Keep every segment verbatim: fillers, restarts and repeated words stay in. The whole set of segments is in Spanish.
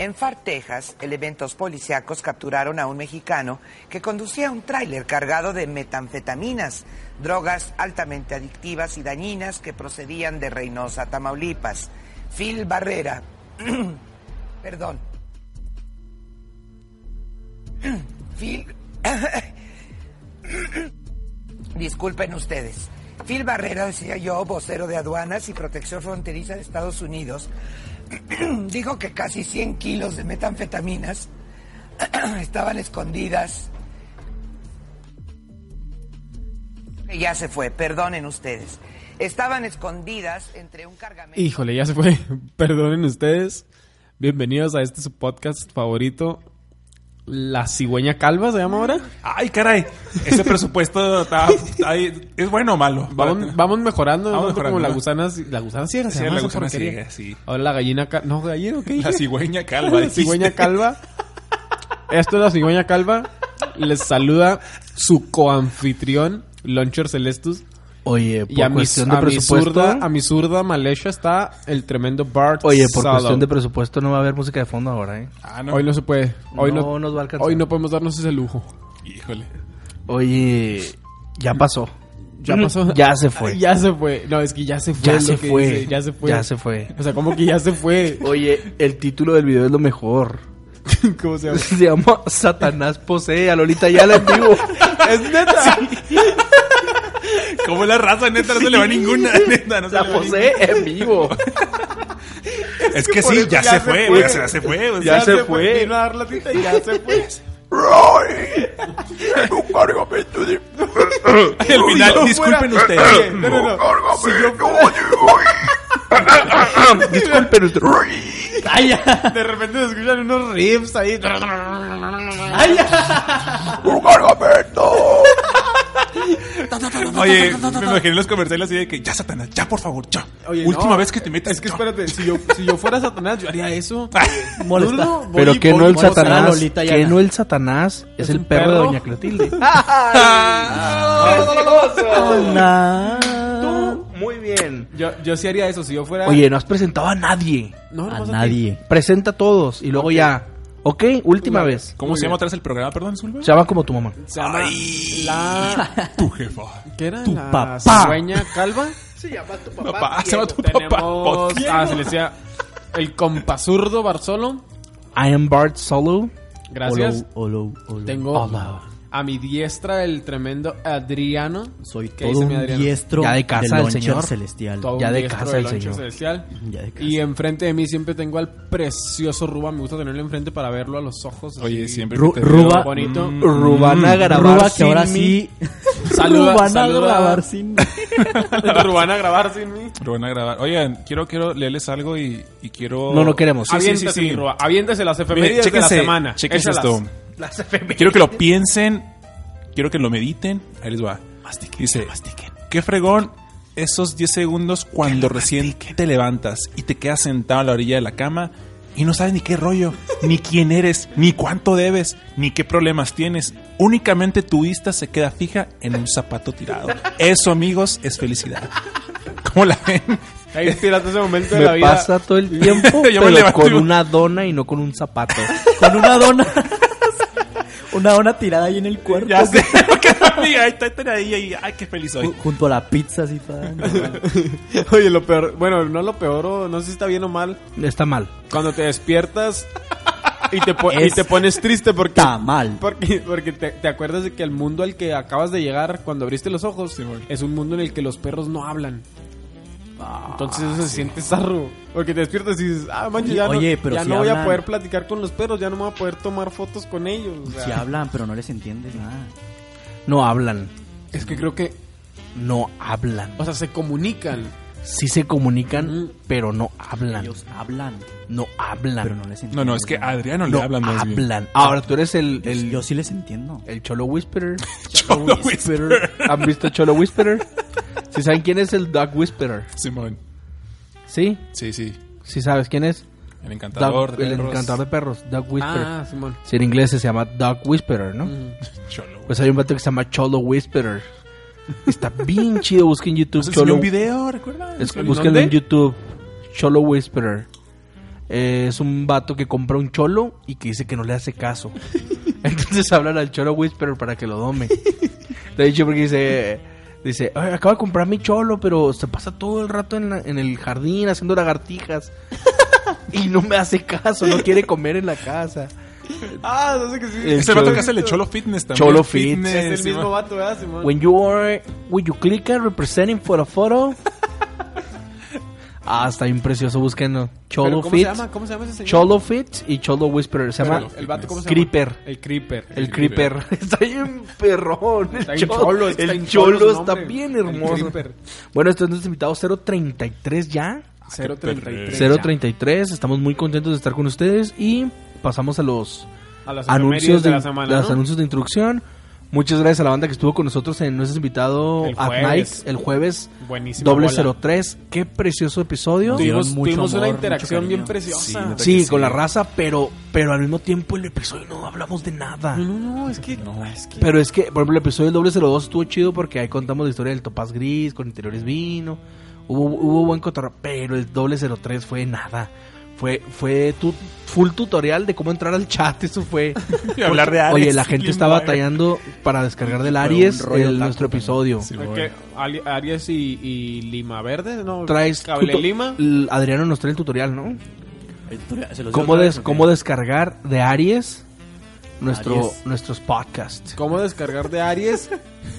En Far, Texas, elementos policíacos capturaron a un mexicano que conducía un tráiler cargado de metanfetaminas, drogas altamente adictivas y dañinas que procedían de Reynosa, Tamaulipas. Phil Barrera, perdón, Phil, disculpen ustedes. Phil Barrera, decía yo, vocero de Aduanas y Protección Fronteriza de Estados Unidos, dijo que casi cien kilos de metanfetaminas estaban escondidas. Ya se fue, perdonen ustedes. Estaban escondidas entre un cargamento. Híjole, ya se fue. Perdonen ustedes. Bienvenidos a este su podcast favorito. La cigüeña calva se llama ahora. Ay, caray. Ese presupuesto está, está ahí. ¿Es bueno o malo? Vamos, vamos mejorando. Vamos ¿no? mejorando, como ¿no? la gusana, la gusana ciega. Sí, se llama la esa gusana porquería. ciega, sí. Ahora la gallina calva. No, gallina, ¿qué dije? La cigüeña calva. La cigüeña calva. Esto es la cigüeña calva. Les saluda su coanfitrión, Launcher Celestus. Oye, por y a cuestión mi, de a mi presupuesto... zurda, a mi zurda Malesha está el tremendo Bart Oye, por Salo. cuestión de presupuesto no va a haber música de fondo ahora, ¿eh? Ah, no. Hoy no se puede. Hoy no, No nos va a alcanzar. Hoy no podemos darnos ese lujo. Híjole. Oye, ya pasó. Ya pasó. Ya se fue. Ya se fue. No, es que ya se fue. Ya lo se que fue. dice, Ya se fue. Ya se fue. O sea, ¿cómo que ya se fue? Oye, el título del video es lo mejor. ¿Cómo se llama? Se llama Satanás posee a Lolita Ayala en vivo. ¿Es neta? Sí. ¿Cómo la raza, neta? No se le va ninguna, neta. No se La le va posee en vivo. Es que Por sí, eso ya, ya se se fue, fue. güey. Ya se fue. o Ya sea, se fue. Vino a dar la tita y ya se fue. En un cargamento de... Al final, yo disculpen fuera- ustedes. Oye, no, no, no. Si yo fuera- Disculpen usted. Ay, ya. De repente se escuchan unos riffs ahí. Ay, ya. ¡Un cargamento! Oye, me imaginé los comerciales así de que ya, Satanás, ya, por favor, ya. Oye, Última no. vez que te metas. Es que ya. espérate, si yo, si yo fuera Satanás, yo haría eso. Molesta. No, no, voy Pero y que voy- no el voy a Satanás, a Lolita que Ayala. no el Satanás es, ¿Es el un perro, perro? de Doña Clotilde. Tú, muy bien. Yo, yo sí haría eso, si yo fuera... Oye, no has presentado a nadie. no, A nomás nadie. Presenta a todos y luego ya. Ok, última La- vez. ¿Cómo Muy se llama bien. otra vez el programa? Perdón, disculpe. Se llama como tu mamá. Se llama Ay. la... Tu jefa. ¿Qué era? Tu la papá. cigüeña calva. Se llama tu Papá, se llama tu papá. Tenemos... Ah, se le decía... El compazurdo Barzolo. I am Bart Solo. Gracias. Olo, olo, olo. Tengo Hola. a mi diestra el tremendo Adriano. Soy ¿Qué todo dice mi un Adriano? diestro Ya de casa del del Launcher señor. celestial. Todo Ya un de diestro casa del el Launcher señor. Celestial. Ya de casa. Y enfrente de mí siempre tengo al precioso Ruba. Me gusta tenerlo enfrente para verlo a los ojos. Oye, así. siempre Ru- que te Ruba- veo- Bonito. Mm, Rubana a grabar Ruba, que sin ahora mí. sí. Saluda- Ruban a saluda- grabar sin. Rubana a grabar sin mí. Lo van a grabar. Oigan, quiero, quiero leerles algo y, y quiero... No, no queremos. Sí, sí, sí, Aviéntese, sí. mi Ruba. Aviéntese las Miren, efemérides de la chéquense, semana. chéquense Échalas. esto. Las efemérides. Quiero que lo piensen. Quiero que lo mediten. Ahí les va. Dice, qué fregón esos diez segundos cuando recién te levantas y te quedas sentado a la orilla de la cama y no sabes ni qué rollo, ni quién eres, ni cuánto debes, ni qué problemas tienes. Únicamente tu vista se queda fija en un zapato tirado. Eso, amigos, es felicidad. ¿Cómo la ven? Ahí inspirate ese momento de Me la vida. pasa todo el tiempo, Yo me pero levanto con y- una dona y no con un zapato. Con una dona. Una dona tirada ahí en el cuerpo. Ya sé. Amiga, ahí está, está ahí, ahí. Ay, qué feliz soy. Ju- Junto a la pizza así toda. Oye, lo peor... Bueno, no lo peor, o no sé si está bien o mal. Está mal. Cuando te despiertas y te, po- y Es- te pones triste porque... Está mal. Porque, porque te, te acuerdas de que el mundo al que acabas de llegar cuando abriste los ojos Simón. es un mundo en el que los perros no hablan. Entonces eso se siente zarro. Porque te despiertas y dices, ah, manches, ya, Oye, no, pero ya si no voy a hablan- poder platicar con los perros, ya no me voy a poder tomar fotos con ellos. O sea, Si hablan, pero no les entiendes nada. No hablan. es que creo que, No hablan. o sea, se comunican. Sí se comunican, Ujú. pero no hablan. Ellos hablan, No hablan. pero no les entiendes. No, no, es que a nada. Adriano le no hablan más bien. hablan. Ahora tú eres el, Yo- el, Yo sí les entiendo. el Cholo Whisperer. Cholo Whisperer. ¿Han visto Cholo Whisperer? ¿Sí saben quién es el Dog Whisperer? Simón. ¿Sí? Sí, sí. ¿Sí sabes quién es? El encantador Dog- de el perros. encantador de perros. Dog Whisperer. Ah, Simón. Si en inglés se llama Dog Whisperer, ¿no? Mm. Cholo. Pues hay un vato que se llama Cholo Whisperer. Está bien chido, busquen en YouTube ¿Nos Cholo. enseñó un video, recuerda? Es- ¿En búsquenlo dónde? en YouTube. Cholo Whisperer. Eh, es un vato que compra un cholo y que dice que no le hace caso. Entonces hablan al Cholo Whisperer para que lo dome. De hecho, porque dice... Dice, "Ay, acabo de comprar mi cholo, pero se pasa todo el rato en, la- en el jardín haciendo lagartijas. Y no me hace caso, no quiere comer en la casa." Ah, no sé qué sí. Es el vato que hace el Cholo Fitness también. Cholo Fitness. Es el sí, mismo va. vato, ¿verdad, Simón? When you are... When you click on representing for a photo... Ah, está bien precioso, buscando ¿Pero Cholo ¿Cómo Fit, se llama? ¿Cómo se llama ese señor? Cholo Fit y Cholo Whisperer. Se Pero llama El vato, ¿cómo se llama? Creeper. El Creeper. El Creeper. Está bien perrón. Está El bien cholo, cholo, está el bien cholo cholo su está nombre. bien El hermoso. Creeper. Bueno, esto es nuestro invitado cero treinta y tres ya. cero treinta y tres. cero ya. treinta y tres. Estamos muy contentos de estar con ustedes y pasamos a los A las anuncios de de, la semana, de los ¿no? anuncios de introducción. Muchas gracias a la banda que estuvo con nosotros en nuestro invitado El at jueves. Night el jueves. Buenísimo. Doble cero tres. Qué precioso episodio. Sí. Tuvimos, Mucho tuvimos una amor, interacción mucho bien cariño. preciosa. Sí, neta. Sí, que con sí. la raza, pero pero al mismo tiempo el episodio no hablamos de nada. No, no, no, es que... No, es que... Pero es que, por ejemplo, el episodio del doble cero dos estuvo chido porque ahí contamos la historia del Topaz Gris con interiores vino. Hubo, hubo buen cotorreo, pero el doble cero tres fue nada. Fue fue tu, full tutorial de cómo entrar al chat, eso fue. Y hablar de Ares. Oye, la gente está Limbo. batallando para descargar del Fue Aries un rollo el, taco nuestro también. episodio. Sí, Es bueno. que Ali- Aries y, y Lima Verde, ¿no? Traes Cable tuto- Lima. l- Adriano nos trae el tutorial, ¿no? El tutorial, ¿se los ¿Cómo, digo otra des- vez, o qué? cómo descargar de Aries nuestro, Aries. nuestros podcasts. ¿Cómo descargar de Aries?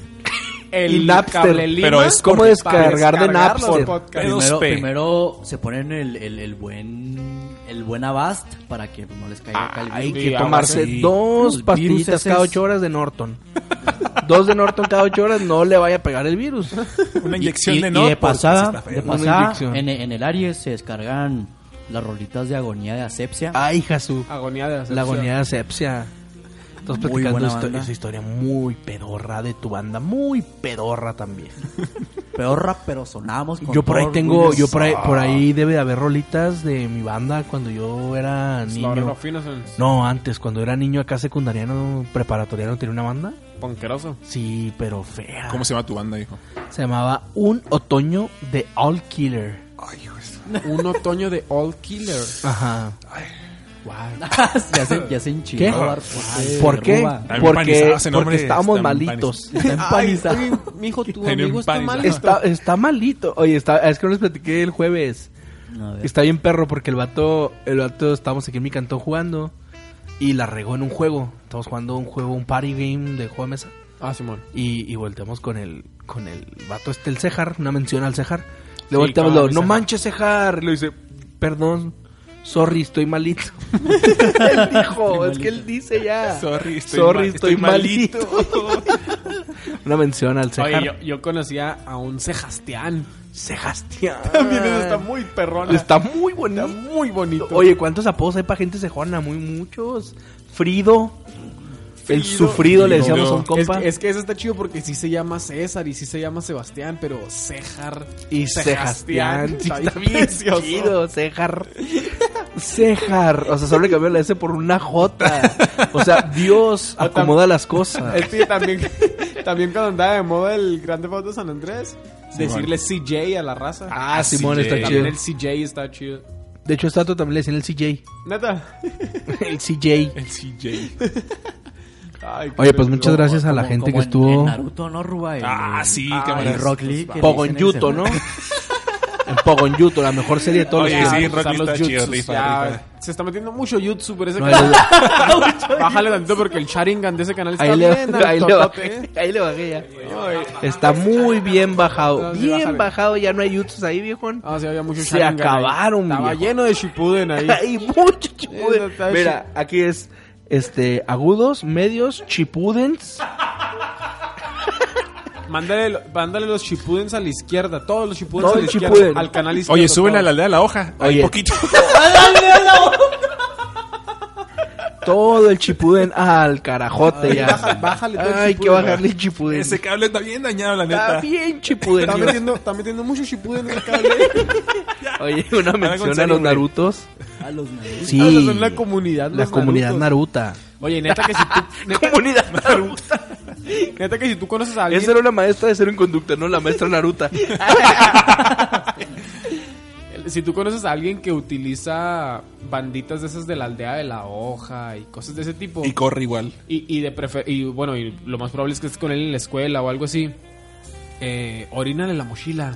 El Y Napster. Cable Lima. Pero es ¿Cómo porque- descargar de descargar los Napster? podcasts. Primero, P. primero se ponen el, el, el buen el buen Avast para que no les caiga acá el Hay virus. que Sí, tomarse sí. dos Los pastillitas viruses cada es- ocho horas de Norton. Dos de Norton cada ocho horas no le vaya a pegar el virus. Una inyección y, de y no. de pasada, de Una pasada inyección. en, en el Aries se descargan las rolitas de agonía de asepsia. Ay, Jesús. Agonía de asepsia. La agonía de asepsia. Estamos Muy platicando buena histo- banda. esa historia muy pedorra de tu banda. Muy pedorra también. Peorra, pero sonábamos con Yo por ahí todo tengo, orgullo. yo por ahí, por ahí debe de haber rolitas de mi banda cuando yo era Slaughter niño. of Innocence. No, antes, cuando era niño acá secundariano, preparatoriano, tenía una banda. Ponqueroso. Sí, pero fea. ¿Cómo se llama tu banda, hijo? Se llamaba Un Otoño de All Killer. Ay, hijo de- Un otoño de All Killer. Ajá. ya se, ya se enchiló. ¿Qué? Bart, ¿Por qué? Está Porque, empanizado ese nombre, porque estábamos está malitos. Está empanizado. Ay, oye, mijo, tu Está amigo está empanizado. mal. Está, está malito. Oye, está, es que no les platiqué el jueves. A ver. Está bien perro porque el vato, el vato estábamos aquí en mi cantón jugando y la regó en un juego. Estamos jugando un juego, un party game de juego de mesa. Ah, Simón. Y, y volteamos con el, con el vato este, el Cejar, una mención al Cejar. Le Sí, volteamos, cabrón, lo, no Cejar. manches Cejar. Le dice, perdón, sorry, estoy malito. Él dijo, es que él dice ya. Sorry, estoy, Sorry, mal- estoy malito. Una mención al Cejar. Oye, yo, yo conocía a un Cejastián. Cejastián. También eso está muy perrona. Está muy bonito. Está muy bonito. Oye, ¿cuántos apodos hay para gente cejona? Muy muchos. Frido. El Frido. sufrido le Frido. decíamos a un Es compa. que, es que eso está chido porque sí se llama César y sí se llama Sebastián, pero Cejar Y Cejastián. Sí, está está bien bien precioso. chido, Cejar. Cejar. O sea, solo le cambió la S por una J. O sea, Dios O tam- acomoda las cosas. Es que también, también cuando andaba de moda el Grande Foto San Andrés, decirle C J a la raza. Ah, Simón, C J. está chido. También el C J está chido. De hecho, esta también le decían el C J. Neta. El C J. El C J. Ay, qué Oye, pues rico. muchas gracias a la Como- gente como que en- estuvo. En Naruto, ¿no, Ruba? El- Ah, sí, Ah, cámara. el Rock Lee. que le Pogonyuto, dicen ¿no? ese- En Pogonyuto, la mejor serie de todos Oye, los sí, tiempos. Rock Lee Usar los está chido, jutsus, rifa, ya, rifa. se está metiendo mucho jutsu por ese No, ahí canal. le- Bájale tantito porque el Sharingan de ese canal está Ahí le, bien ahí le altotote, bajé, ¿eh? ahí le bajé ya. Ay. Está muy bien bajado. No, sí, Bien bájale. bajado, ya no hay jutsus ahí, viejón. Ah, sí, había mucho Se Sharingan ahí. acabaron, Estaba viejo. lleno de Shippuden ahí. Hay mucho chipuden. Eso está Mira, aquí es este agudos, medios, chipudens. Mándale, lo- mándale los Shippudens a la izquierda. Todos los Shippudens Todo a la el izquierda. Shippuden. Al canal izquierdo. Oye, súbele a la todos. aldea de la hoja. Ahí Oye. poquito. Todo el chipuden al carajote ya. baja- bájale todo el Hay que chipuden. bajarle el chipuden. Ese cable está bien dañado, la Está neta. bien chipuden. Está metiendo, está metiendo mucho Shippuden en el cable. Oye, una con mención a serio, los güey. Narutos. A los Naruto. Sí. Ah, o sea, son la comunidad. La los comunidad Narutos. Naruta. Oye, neta que si tú, neta, Comunidad Naruta. neta que si tú conoces a alguien, Esa era una maestra de cero en conducta, ¿no? La maestra Naruta. si tú conoces a alguien que utiliza banditas de esas de la aldea de la hoja y cosas de ese tipo. Y corre igual. Y, y, de prefer y bueno, y lo más probable es que estés con él en la escuela o algo así. Eh, orínale la mochila.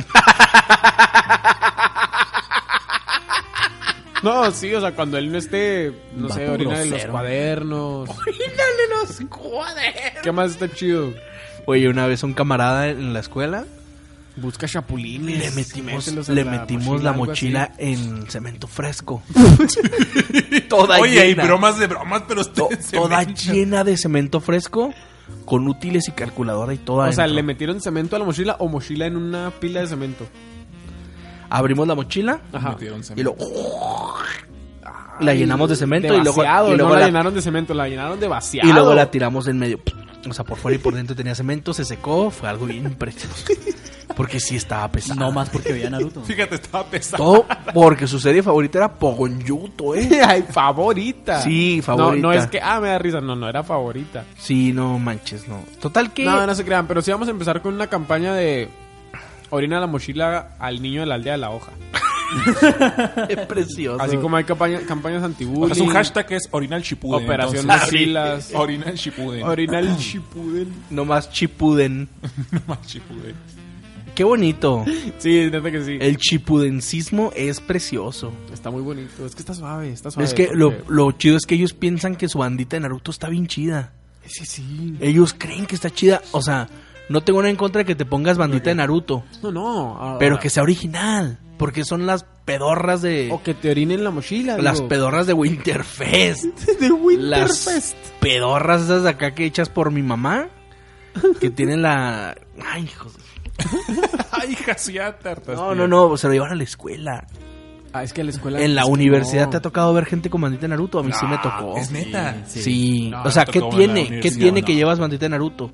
No, sí, o sea, cuando él no esté, no Vato sé, orínale los grosero. cuadernos. Orínale los cuadernos. ¿Qué más está chido? Oye, una vez un camarada en la escuela Busca chapulines. le metimos, mételos en le metimos la algo mochila así. en cemento fresco. Toda Oye, hay llena. bromas de bromas, pero To- ustedes se toda ven- llena de cemento fresco con útiles y calculadora y todo O sea, adentro. ¿le metieron cemento a la mochila o mochila en una pila de cemento? Abrimos la mochila Ajá. Metieron y cemento. luego la llenamos de cemento De y luego, vaciado, y luego no la, la, llenaron de cemento, la llenaron de vaciado. y luego la tiramos en medio. O sea, por fuera y por dentro tenía cemento, se secó, fue algo bien precioso. Porque sí estaba pesado. No más porque veía Naruto. Fíjate, estaba pesado. Todo porque su serie favorita era Pogonyuto, ¿eh? Ay, favorita. Sí, No, favorita. no es que, ah, me da risa, no, no, era favorita. Sí, no manches, no. Total que... No, no se crean, pero sí vamos a empezar con una campaña de orina la mochila al niño de la aldea de la hoja. es precioso. Así como hay campaña, campañas O anti-bullying. sea, su hashtag es Orinal Shippuden. Operación entonces. Mochilas. Orinal Shippuden. Orinal Shippuden. Nomás chipuden. No más Shippuden. Qué bonito. Sí, neta que sí. El chipudencismo es precioso. Está muy bonito. Es que está suave, está suave. Es que lo, porque- lo chido es que ellos piensan que su bandita de Naruto está bien chida. Sí, sí. Ellos creen que está chida. O sea, no tengo nada en contra de que te pongas bandita de Naruto. No, no. ahora- Pero que sea original. Porque son las pedorras de... O que te orinen la mochila. Las digo. pedorras de Winterfest. de Las Winterfest. pedorras esas de acá que hechas por mi mamá. Que tienen la... Ay, hijos. de- Ay, hija, sí, ya te hartaste. No, no, no. Se lo llevan a la escuela. Ah, es que a la escuela. En la es que universidad no. te ha tocado ver gente con bandita de Naruto. A mí sí me tocó. Es neta. Sí. Sí. No, O sea, me ¿qué tocó en la tiene? ¿Qué universidad, tiene no. que llevas bandita de Naruto?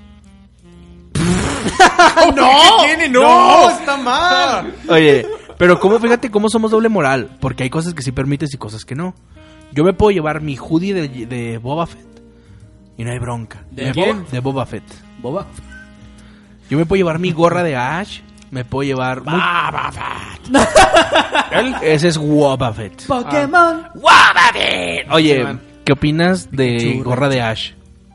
¡No! ¿Qué tiene? ¡No! está mal. Oye, pero cómo, fíjate cómo somos doble moral. Porque hay cosas que sí permites y cosas que no. Yo me puedo llevar mi hoodie de, de Boba Fett y no hay bronca. ¿De Me- quién? De Boba Fett. Boba. Yo me puedo llevar mi gorra de Ash. Me puedo llevar... Boba Fett. Ese es Boba Fett. Pokémon. ¡Boba Fett! Oye, Sí, man. ¿qué opinas de Churra. gorra de Ash?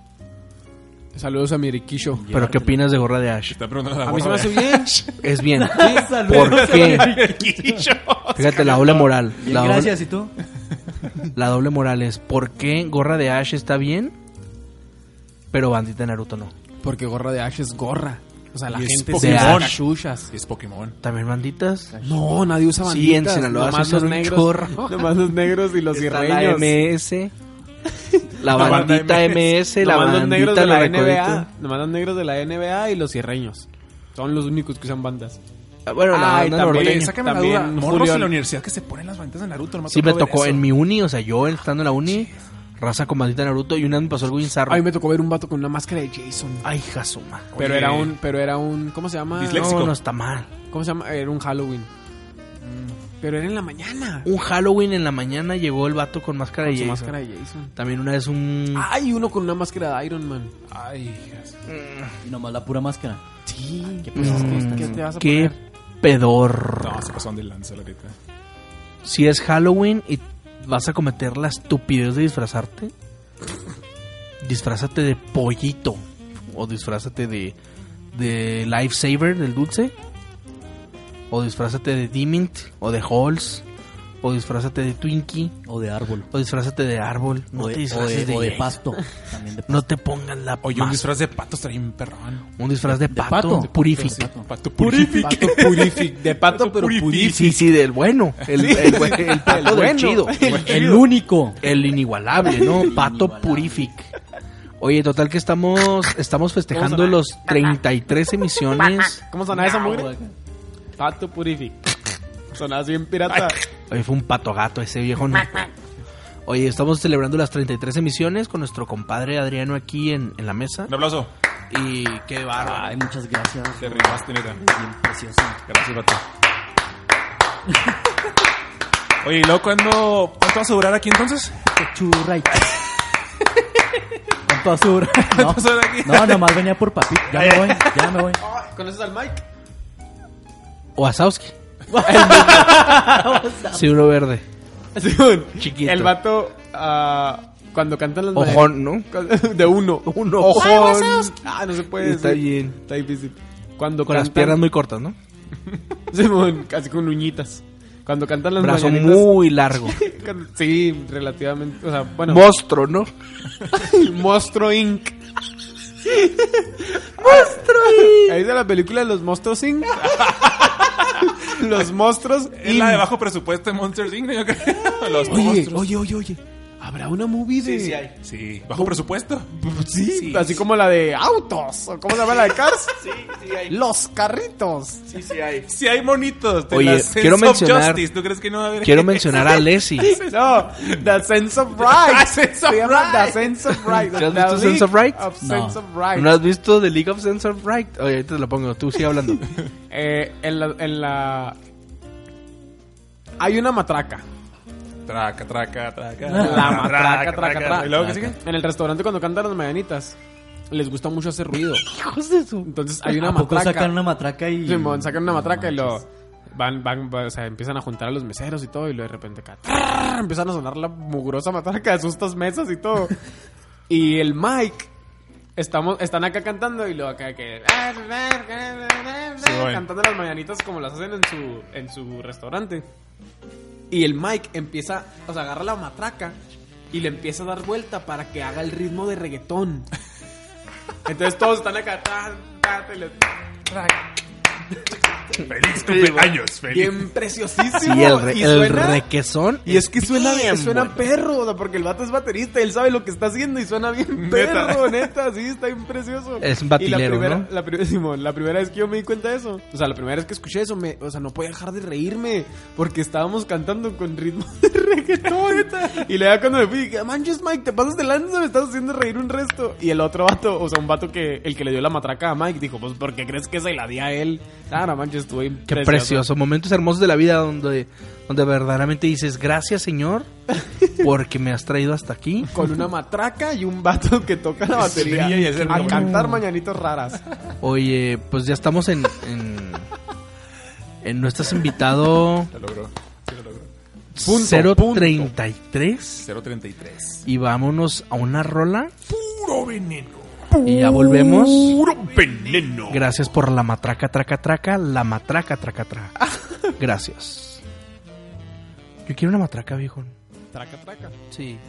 Saludos a mi Riquillo. ¿Pero qué opinas de gorra de Ash? Está preguntando la A mí se me gorra hace de- bien. Es bien. Saludos. ¿Por qué? Fíjate, la doble moral. Bien, La doble, gracias, ¿y tú? la doble moral es ¿por qué gorra de Ash está bien, pero bandita de Naruto no? Porque gorra de Ash es gorra. O sea, la Y es gente Pokémon. usa chuchas. Es Pokémon. ¿También banditas? No, nadie usa Sí, banditas. en Sinaloa nomás se los usa un negros. chorro. Nomás los negros y los Está la irreños. M S, la La banda bandita M S, la Nomás los negros bandita de de la los N B A. recoditos. Nomás los negros de la N B A y los irreños. Son los únicos que usan bandas. Ah, Bueno, la Ay, banda también. norteña. Oye, sácame la También duda. Morros Julián. en la universidad que se ponen las banditas de Naruto. No me Sí me ver tocó eso. en mi uni, o sea, yo estando en la uni, raza con bandita de Naruto, y una vez me pasó algo bien zarro. A mí me tocó ver un vato con una máscara de Jason. Ay, jasuma. Pero Oye. era un, pero era un, ¿cómo se llama? Disléxico. No, no está mal. ¿Cómo se llama? Era un Halloween. Pero era en la mañana. Un Halloween en la mañana llegó el vato con máscara Con de su Jason. máscara de Jason. También una vez un... Ay, uno con una máscara de Iron Man. Ay, hijas. Y nomás la pura máscara. Sí. Qué ¿Qué, pedo. ¿Qué te vas a Qué poner? pedor. No, se pasaron de lanza, la neta. Si es Halloween y vas a cometer la estupidez de disfrazarte, disfrázate de pollito. O disfrázate de, de Lifesaver, del dulce. O disfrázate de Dimint. O de Halls. O disfrázate de Twinkie. O de árbol. O disfrázate de árbol. No o, te de, o, disfraces de, de, o de Jason. pasto. También de pasto. No te pongas la Oye, un mas- disfraz de pato estaría bien perrón. un disfraz de de pato, pato. purific. De pato. Pato purific. Pato purific. De pato, pero Purific. purific. Sí, sí, del bueno. El, el, el, el pato El del bueno. chido. El único. El inigualable, ¿no? El Pato inigualable. Purific. Oye, total que estamos estamos festejando ¿Cómo los treinta y tres emisiones. ¿Cómo sonaba esa mugre? Pato purific. Sonaba bien pirata. Oye, fue un pato gato ese viejo. ¿No? Oye, estamos celebrando las treinta y tres emisiones con nuestro compadre Adriano aquí en, en la mesa. Un aplauso. Y qué bárbaro. Ay, muchas gracias. Te rimaste, neta. Bien precioso. Gracias, vato. Oye, ¿y luego cuándo, cuánto vas a durar aquí entonces? Churray. ¿Cuánto azul? No, vas a durar aquí? no, nomás venía por papito. Ya me voy, ya me voy. ¿Conoces al Mike? Wazowski. Sí, uno verde. Sí, un- Chiquito. El vato, ah, cuando cantan las Ojón, ¿no? mañanitas- De uno. Uno. Ojón. Ah, no se puede Está decir. bien. Está difícil. Cuando Con las cantan- piernas muy cortas, ¿no? Simón, casi con uñitas. Cuando cantan las Brazo mañanitas. muy largo. cuando- Sí, relativamente. O sea, bueno. Monstruo, ¿no? Monstruo incorporated. Monstruo incorporated. Ahí de la película de los Monstruos incorporated. Los monstruos. Es la de bajo presupuesto de Monsters incorporated, yo creo. Los Oye, monstruos. oye, oye, oye. ¿Habrá una movie de...? Sí, bajo presupuesto. Sí, Sí, así sí. como la de autos. ¿O ¿Cómo se llama la de Cars? Sí, sí hay. Los carritos. Sí, sí hay. Sí hay monitos. De Oye, la Sense quiero of mencionar- Justice. ¿Tú crees que no va a haber? Quiero mencionar a Leslie. No, The Sense of Right. Sense of Se llama Right. The Sense of Right. ¿Sí has The visto Sense League of Right? of No. Sense of Right. ¿No has visto The League of Sense of Right? Oye, ahorita te lo pongo. Tú sigue hablando. Eh, en la, en la... Hay una matraca. Traca, traca, traca. La matraca, traca, traca. ¿Y luego qué sigue? En el restaurante cuando cantan las mañanitas, les gusta mucho hacer ruido. Hijos de su... Entonces hay una ¿A poco matraca. sacan una matraca y...? Simón, sacan una matraca y No lo... manches. Van, van, van, o sea, empiezan a juntar a los meseros y todo, y luego de repente acá, ¡trrr! Empiezan a sonar la mugrosa matraca de sus mesas y todo. Y el Mike, estamos, están acá cantando y luego acá que... bueno. Cantando las mañanitas como las hacen en su, en su restaurante. Y el Mike empieza, o sea, agarra la matraca y le empieza a dar vuelta para que haga el ritmo de reggaetón. Entonces todos están acá, ta, ta, ta, y le- Feliz cumpleaños, feliz. bien preciosísimo. Sí, el, re- y el suena, requesón. y es que suena, bien suena bueno. perro, o sea, porque el vato es baterista, él sabe lo que está haciendo y suena bien Neta. perro, neta, sí, está bien precioso. Es un Y batilero, la primera, ¿no? La, pri- Simón, la primera vez que yo me di cuenta de eso, o sea, la primera vez que escuché eso, me, o sea, no podía dejar de reírme, porque estábamos cantando con ritmo de reggaetón. Y le da cuando me fui, dije, manches, Mike, te pasas de lanza, me estás haciendo reír un resto. Y el otro vato, o sea, un vato que, el que le dio la matraca a Mike, dijo, pues, ¿por qué crees que se la di a él? Ah, no manches, estuvo bien Qué precioso. Momentos hermosos de la vida donde, donde verdaderamente dices, gracias, Señor, porque me has traído hasta aquí. Con una matraca y un vato que toca la batería Sí, y hacer a ruido. cantar mañanitos raras. Oye, pues ya estamos en... en, en no estás invitado Lo logró. Sí, lo logró. Punto, cero punto. treinta y tres cero treinta y tres. y vámonos a una rola Puro veneno. y ya volvemos. Puro veneno. Gracias por la matraca, traca, traca, la matraca, traca, traca. Gracias. Yo quiero una matraca, viejo. Traca, traca. Sí.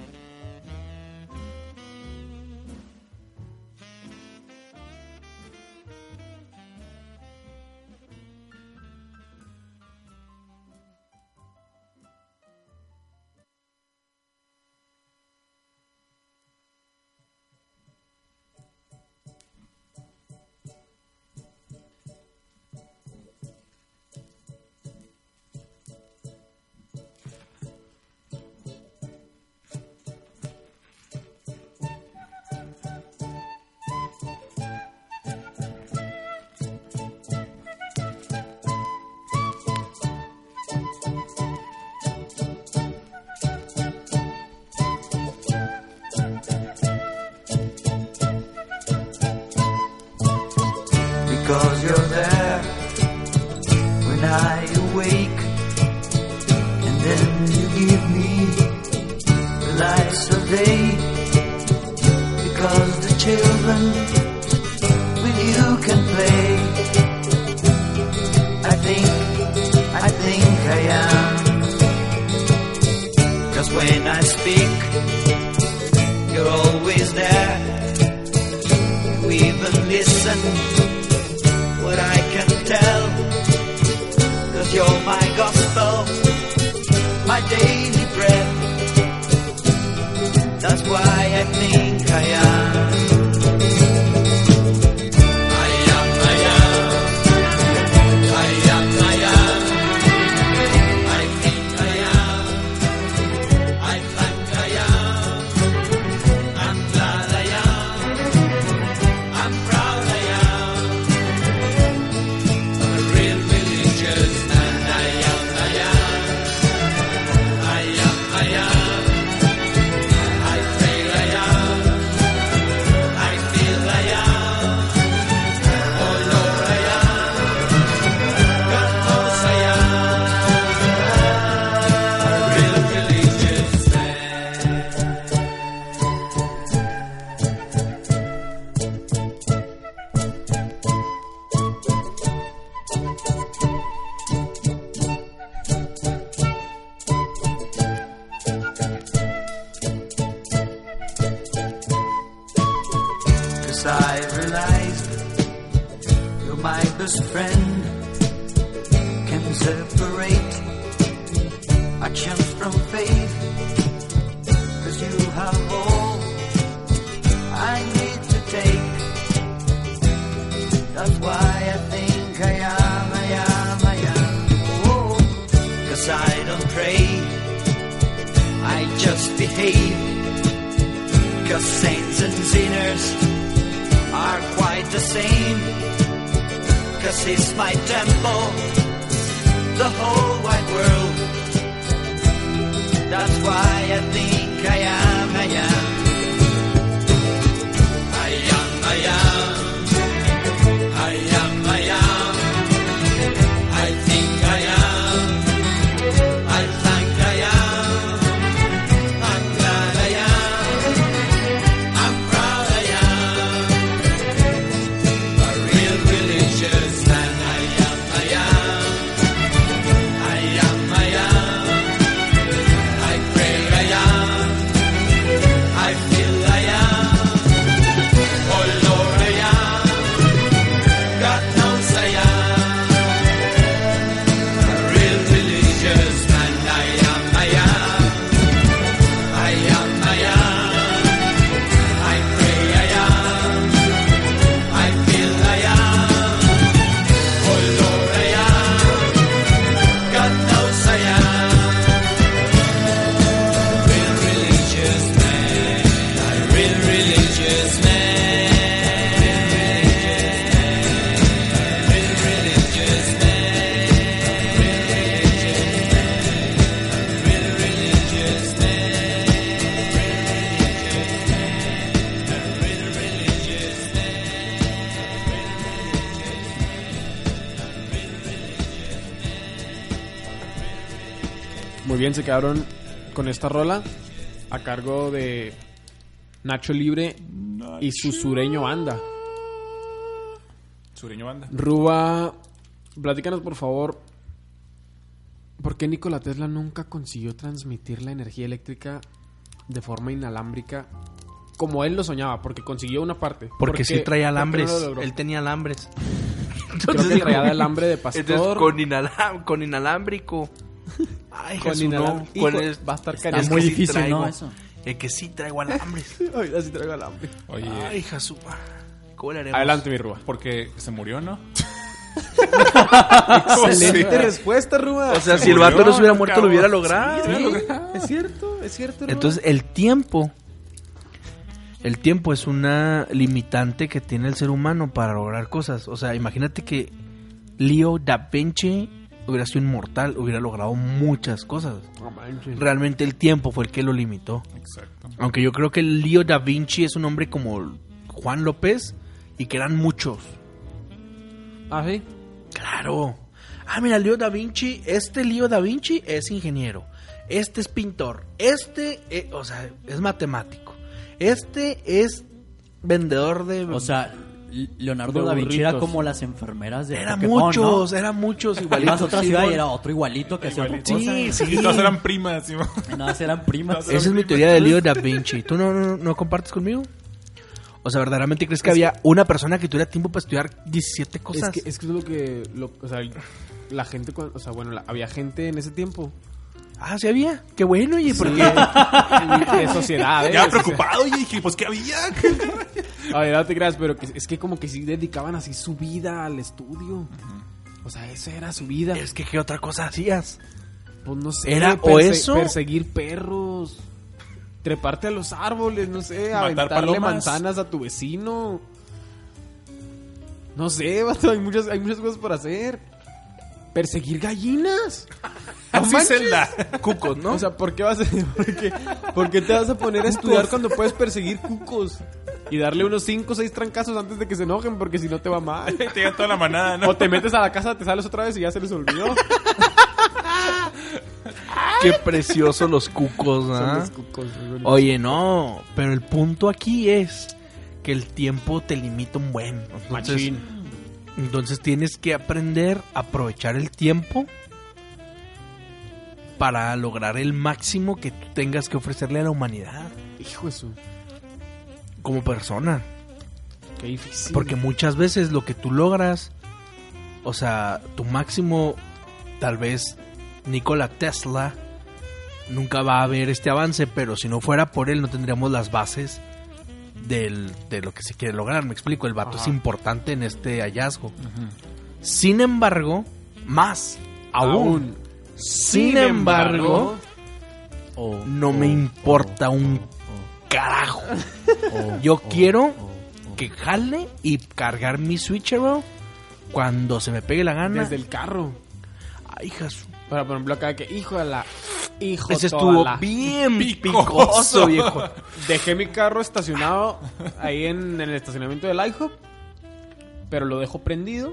Because you're there when I awake, and then you give me the lights of day. Because the children with you can play. I think, I think I am. Cause when I speak, you're always there. You even listen what I can tell, cause you're my gospel, my daily bread. That's why I think I am. I am, I am. I am, I am. I think I am. I think I am. I'm glad I am. I'm proud I am. I'm a real religious man. I am, I am. I am, I am. I feel I am. 'Cause I realized you're my best friend. Can separate actions from faith. 'Cause you have all I need to take. That's why I think I am, I am, I am. Oh, 'cause I don't pray, I just behave. 'Cause saints and sinners are quite the same. 'Cause it's my temple, the whole wide world. That's why I think I am, I am. I am, I am. I am, I am. I think I am. I think I am. I'm glad I am. I'm proud I am. A real religious man. I am, I am. I am, I am. I pray I am. I feel I am. Oh Lord, I am. God knows I am. A real religious man. I am, I am. I am, I am. I pray I am. I feel I am. Oh Lord, I am. God knows I am. Real religious man. A real religious man. Real religious man. Real religious man. Real religious Muy bien, se quedaron con esta rola a cargo de Nacho Libre y su sureño banda. Sureño banda. Ruba, platícanos por favor, ¿por qué Nikola Tesla nunca consiguió transmitir la energía eléctrica de forma inalámbrica como él lo soñaba? Porque consiguió una parte. Porque ¿Por sí qué- traía por qué no alambres. lo logró? Él tenía alambres. Creo que traía de alambre de pastor. Entonces, con, inalam- con inalámbrico. Ay, Con Jesús, inalam- no. Con Hijo, el- va a estar es Está carísimo. muy que sí difícil, traigo. ¿no? Eso. El que sí traigo alambres. Ahorita sí traigo alambre. Oye, Ay, Jesús. ¿Cómo le haremos? Adelante, mi Ruba. porque se murió, ¿no? Excelente respuesta, Ruba. O sea, si el murió, vato no se hubiera muerto, cabrón. lo hubiera logrado. Sí, lo hubiera logrado. Es cierto, es cierto, Ruba. Entonces, el tiempo. El tiempo es una limitante que tiene el ser humano para lograr cosas. O sea, imagínate que Leo da Vinci hubiera sido inmortal, hubiera logrado muchas cosas. No manches. Realmente el tiempo fue el que lo limitó. Exacto. Aunque yo creo que Leo da Vinci es un hombre como Juan López y que eran muchos. Ah, sí. Claro. Ah, mira, Leo da Vinci, este Leo da Vinci es ingeniero, este es pintor, este, eh, o sea, es matemático, este es vendedor de... O sea, Leonardo De da Vinci era burritos. como las enfermeras de eran Pokémon, muchos, ¿no? eran muchos Ibas igualitos. a otra sí, ciudad y bueno. era otro igualito que hacía otra Igualito. cosa. Sí, sí. Y todas eran primas, ¿sí? Y nada, eran primas. Todas Esa es mi teoría de Leo da Vinci. ¿Tú no, no, no compartes conmigo? O sea, ¿verdaderamente crees que había una persona que tuviera tiempo para estudiar diecisiete cosas? Es que, es que es lo que... Lo, o sea, la gente... cuando- O sea, bueno, la- había gente en ese tiempo. Ah, sí había. Qué bueno, oye, porque... De sociedades. Ya o sea, preocupado, oye, dije, pues, ¿qué había? A ver, no te creas, pero que- es que como que sí dedicaban así su vida al estudio. O sea, esa era su vida. Es que, ¿qué otra cosa hacías? Pues no sé. ¿Era o eso? Perseguir perros. Treparte a los árboles, no sé. Matar Aventarle palomas. manzanas a tu vecino. No sé, vato, hay muchas, hay muchas cosas para hacer. Perseguir gallinas. No Así manches. Zelda. Cucos, ¿no? O sea, ¿por qué vas a, por qué, por qué te vas a poner a estudiar cuando puedes perseguir cucos? Y darle unos cinco o seis trancazos antes de que se enojen, porque si no te va mal. Te llega toda la manada, ¿no? O te metes a la casa, te sales otra vez y ya se les olvidó. Qué preciosos los cucos, Son ¿ah? los cucos, muy bonitos. Oye, no, pero el punto aquí es que el tiempo te limita un buen. Entonces, Machín. entonces tienes que aprender a aprovechar el tiempo para lograr el máximo que tú tengas que ofrecerle a la humanidad Hijo de su... como persona. Qué difícil. Porque muchas veces lo que tú logras, o sea, tu máximo, tal vez Nikola Tesla nunca va a ver este avance, pero si no fuera por él no tendríamos las bases del, de lo que se quiere lograr. Me explico, el vato Ajá. es importante en este hallazgo. Sin embargo, más aún, Aún. sin embargo, O- no o- me importa o- un o- carajo. o- Yo o- quiero o- o- que jale y cargar mi switcheroo cuando se me pegue la gana. Desde el carro. Ay, hijas. Para, por ejemplo, acá que, hijo de la... Hijo Ese toda estuvo la- bien Picoso. picoso, viejo. Dejé mi carro estacionado ahí en, en el estacionamiento del IHOP, pero lo dejo prendido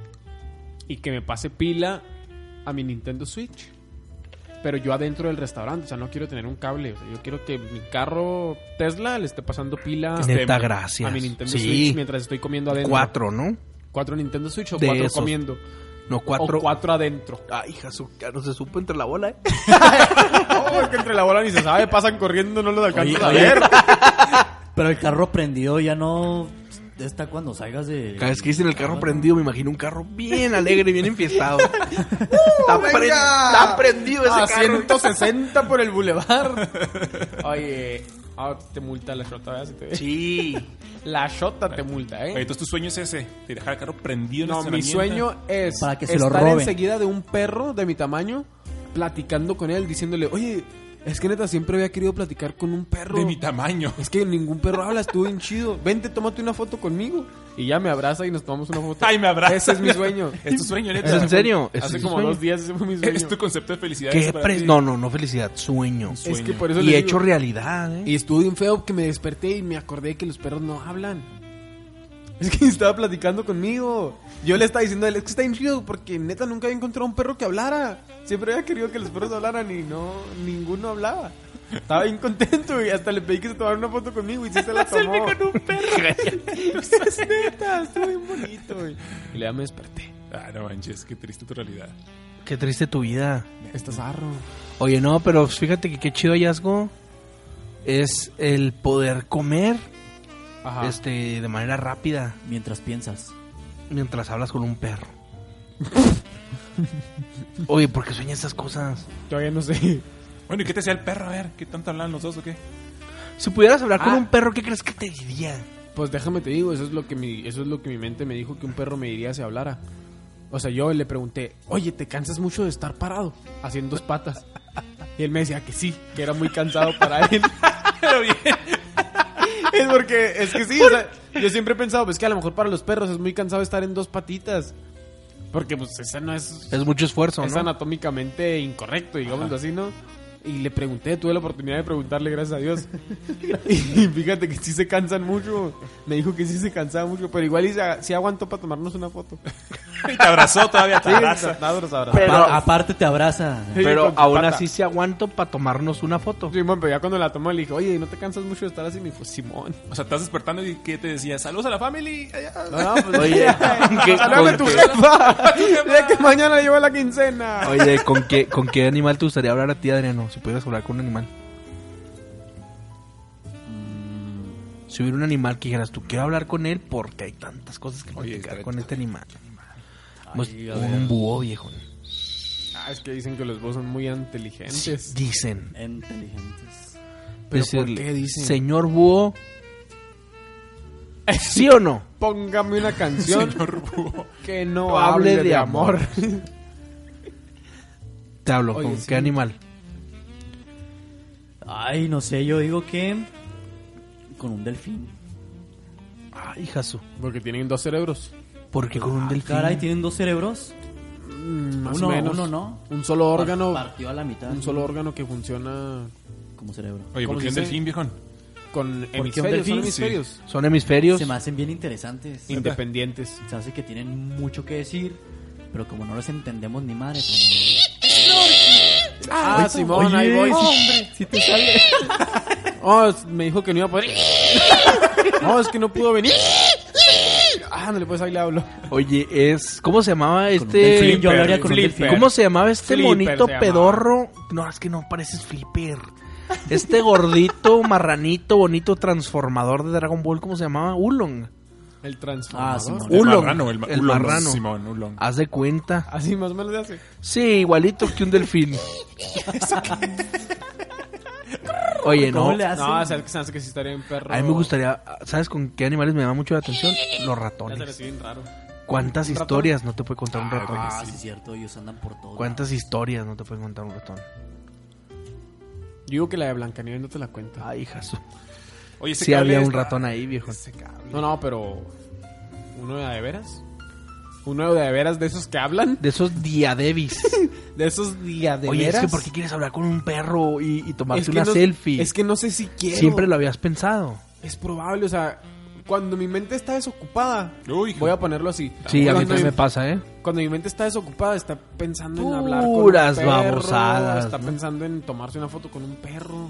y que me pase pila a mi Nintendo Switch. Pero yo adentro del restaurante, o sea, no quiero tener un cable. O sea, yo quiero que mi carro Tesla le esté pasando pila Neta, gracias. a mi Nintendo Sí. Switch mientras estoy comiendo adentro. Cuatro, ¿no? Cuatro Nintendo Switch o De cuatro esos. comiendo. No, cuatro. O cuatro adentro. Ay, hija, su- ya no se supo entre la bola, ¿eh? No, es que entre la bola ni se sabe, pasan corriendo, no los alcanzas Oye, a oye. ver. Pero el carro prendido ya no está cuando salgas de... Cada vez que dicen el carro prendido, me imagino un carro bien alegre, bien enfiestado. está, pre- está prendido ese A carro. ciento sesenta por el bulevar. Oye, ah, te multa la shota, ¿verdad? Si te ve. Sí. La shota te multa, Oye, ¿eh? entonces tu sueño es ese, de dejar el carro prendido en No, el mi estacionamiento. sueño es Para que se lo estar roben. enseguida de un perro de mi tamaño, platicando con él, diciéndole, oye, es que neta siempre había querido platicar con un perro. De mi tamaño. Es que ningún perro habla, estuvo bien chido. Vente, tómate una foto conmigo. Y ya me abraza y nos tomamos una foto. Ay, me abraza. Ese es mi sueño. Es tu sueño, neta. ¿Es en serio? ¿Ese Hace es tu como sueño? dos días ese fue mi sueño. Es tu concepto de felicidad. ¿Qué ese para pre- ti. No, no, no felicidad, sueño. Sueño. Es que por eso Y le hecho digo- realidad, ¿eh? Y estuvo bien feo que me desperté y me acordé que los perros no hablan. Es que estaba platicando conmigo. Yo le estaba diciendo a él, es que está bien chido porque neta nunca había encontrado un perro que hablara. Siempre había querido que los perros hablaran y no, ninguno hablaba. Estaba bien contento y hasta le pedí que se tomara una foto conmigo y sí se la tomó. con un perro. Es neta, estuvo bien bonito. güey. Y ya me desperté. Ah, no manches, qué triste tu realidad. Qué triste tu vida. Estás zarro. Oye, no, pero fíjate que qué chido hallazgo es el poder comer Ajá. este de manera rápida Mientras piensas. mientras hablas con un perro. Oye, ¿por qué sueñas esas cosas? Todavía no sé. Bueno, ¿y qué te decía el perro? A ver, ¿qué tanto hablan los dos o qué? Si pudieras hablar con Ah. un perro, ¿qué crees que te diría? Pues déjame te digo, eso es lo que mi, eso es lo que mi mente me dijo que un perro me diría si hablara. O sea, yo le pregunté, oye, ¿te cansas mucho de estar parado haciendo dos patas? Y él me decía que sí, que era muy cansado para él. Pero bien. Es porque, es que sí, o sea, yo siempre he pensado, pues que a lo mejor para los perros es muy cansado estar en dos patitas. Porque pues esa no es, Es mucho esfuerzo, es ¿no? anatómicamente incorrecto, digámoslo así, ¿no? Y le pregunté, tuve la oportunidad de preguntarle, gracias a Dios. Y fíjate que sí se cansan mucho. Me dijo que sí se cansaba mucho, pero igual sí, sí aguantó para tomarnos una foto. Y te abrazó todavía, te Sí, abraza. nos abrazó. Pero- Apa- aparte te abraza. Sí, Pero con su aún pata. así sí aguanto para tomarnos una foto. Simón, pero ya cuando la tomó le dije, oye, ¿no te cansas mucho de estar así? Me dijo, Simón. O sea, estás despertando y ¿qué te decía? Saludos a la family. No, no, pues, Oye, ¿qué- salúdame a con tu qué- jefa. Dile que mañana lleva la quincena. Oye, ¿con qué, ¿con qué animal te gustaría hablar a ti, Adriano? Si pudieras hablar con un animal. Si hubiera un animal que dijeras, tú quiero hablar con él porque hay tantas cosas que Oye, platicar espérate. con este animal. Ay, Pues, a ver. un búho, viejo. Ah, es que dicen que los búhos son muy inteligentes. Dicen. Inteligentes. ¿Pero por Decirle, qué dicen? Señor búho, ¿sí o no? Póngame una canción Señor búho. que no No hable, hable de, de amor. Te hablo, Oye, ¿con sí. qué animal? Ay, no sé, yo digo que con un delfín. Ay, jasu. Porque tienen dos cerebros. ¿Por qué con un delfín? Caray, ¿tienen dos cerebros? Mm, más uno, o menos. uno no. Un solo órgano. Partió a la mitad. Un solo órgano que funciona Como cerebro. Oye, ¿Cómo ¿por qué un se dice? delfín, viejón? con qué un hemisferios. Son delfín? hemisferios. Son hemisferios. Se me hacen bien interesantes. Independientes. Se hace que tienen mucho que decir, pero como no los entendemos ni madre, pues Ah, Simón, oye, ahí voy. hombre, si te sale. Oh, es- me dijo que no iba a poder. No, es que no pudo venir. Ah, no le puedes ahí le hablo. Oye, es... ¿Cómo se llamaba Con un este...? delfín, yo hablaría con un Flipper. delfín. ¿Cómo se llamaba este Flipper monito se llamaba. pedorro? No, es que no pareces Flipper. Este gordito, marranito, bonito transformador de Dragon Ball, ¿cómo se llamaba? Ulong. El transformador. Ah, Simón. El Ulong, marrano, el, ma- el Ulong, marrano. Simón, Ulong. Haz de cuenta. Así más o menos le hace. Sí, igualito que un delfín. Oye, ¿Cómo no. le hace? No, o sea, que se hace que sí estaría en perro. A mí me gustaría, ¿sabes con qué animales me llama mucho la atención? Los Ya se le ratones. sigue bien raro. ¿Cuántas ¿Un ratón? historias no te puede contar un ratón? Ah, sí, es cierto, ellos andan por todo. ¿Cuántas historias no te puede contar un ratón? Yo digo que la de Blancanieves no te la cuenta. Ay, hija su. Oye, ese Sí cable había un está- ratón ahí, viejo. ese cable. No, no, pero... ¿Uno de a de veras? ¿Uno de a de veras de esos que hablan? De esos diadebis. De esos día de Oye, veras. es que ¿por qué quieres hablar con un perro y, y tomarte Es que una no- selfie? Es que no sé si quiero. Siempre lo habías pensado. Es probable, o sea... Cuando mi mente está desocupada... Uy, Voy a ponerlo así. Sí, a mí Cuando también mi- me pasa, ¿eh? Cuando mi mente está desocupada, está pensando en hablar con Puras un perro. babosadas, Está ¿no? pensando en tomarse una foto con un perro.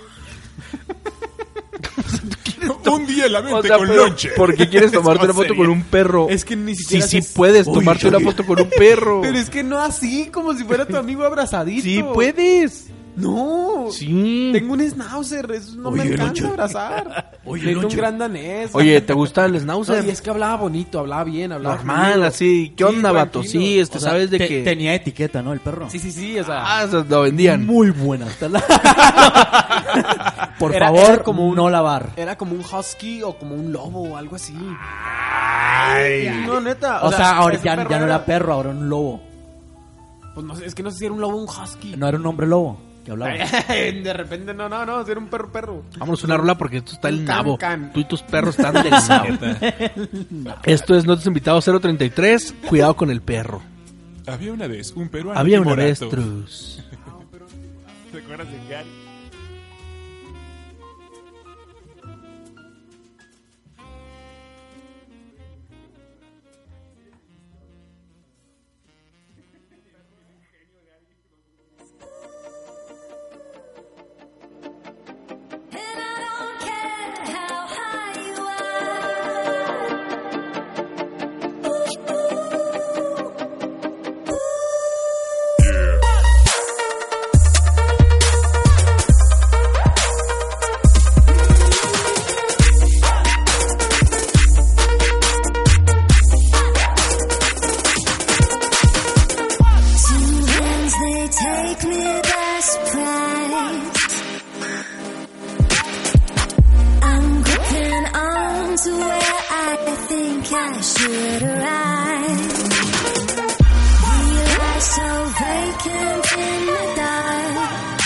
un día en la mente O sea, con pero, lonche. ¿por qué quieres tomarte una ¿Cómo foto sería? con un perro? Es que ni Sí, siquiera... sí sé- puedes Uy, tomarte yo una vi- foto con un perro. Pero es que no así, como si fuera tu amigo abrazadito. Sí puedes. No. Sí. Tengo un schnauzer, eso no me Oye, alcanza Loncho. a abrazar. Oye, Necesito un Loncho. gran danés. Oye, ¿te gusta el No, schnauzer? y es que hablaba bonito, hablaba bien, hablaba Normal, fluido. así. ¿Qué Sí, onda, vato? tranquilo. Sí, este, O sea, ¿sabes de te- qué? Tenía etiqueta, ¿no? El perro. Sí, sí, sí, o sea... Ah, o sea, lo vendían. Muy buena. Hasta la- Por Era- favor, era como un- no lavar. Era como un husky o como un lobo o algo así. Ay. No, neta. O, sea, ahora ese ya, perro ya no era perro, ahora un lobo. Pues no sé, es que no sé si era un lobo o un husky. No era un hombre lobo que hablaba. De repente, no, no, no, era un perro perro. Vámonos a una rola porque esto está el Un can, nabo. can. Tú y tus perros están del nabo. Esto es Notas Invitados cero treinta y tres. Cuidado con el perro. Había una vez un peruano Había una timorato. avestruz. ¿Te acuerdas de Gary? And I don't care how high you Two hands, they take me by surprise. I'm gripping on to where I think I should arrive. We lie so vacant in the dark.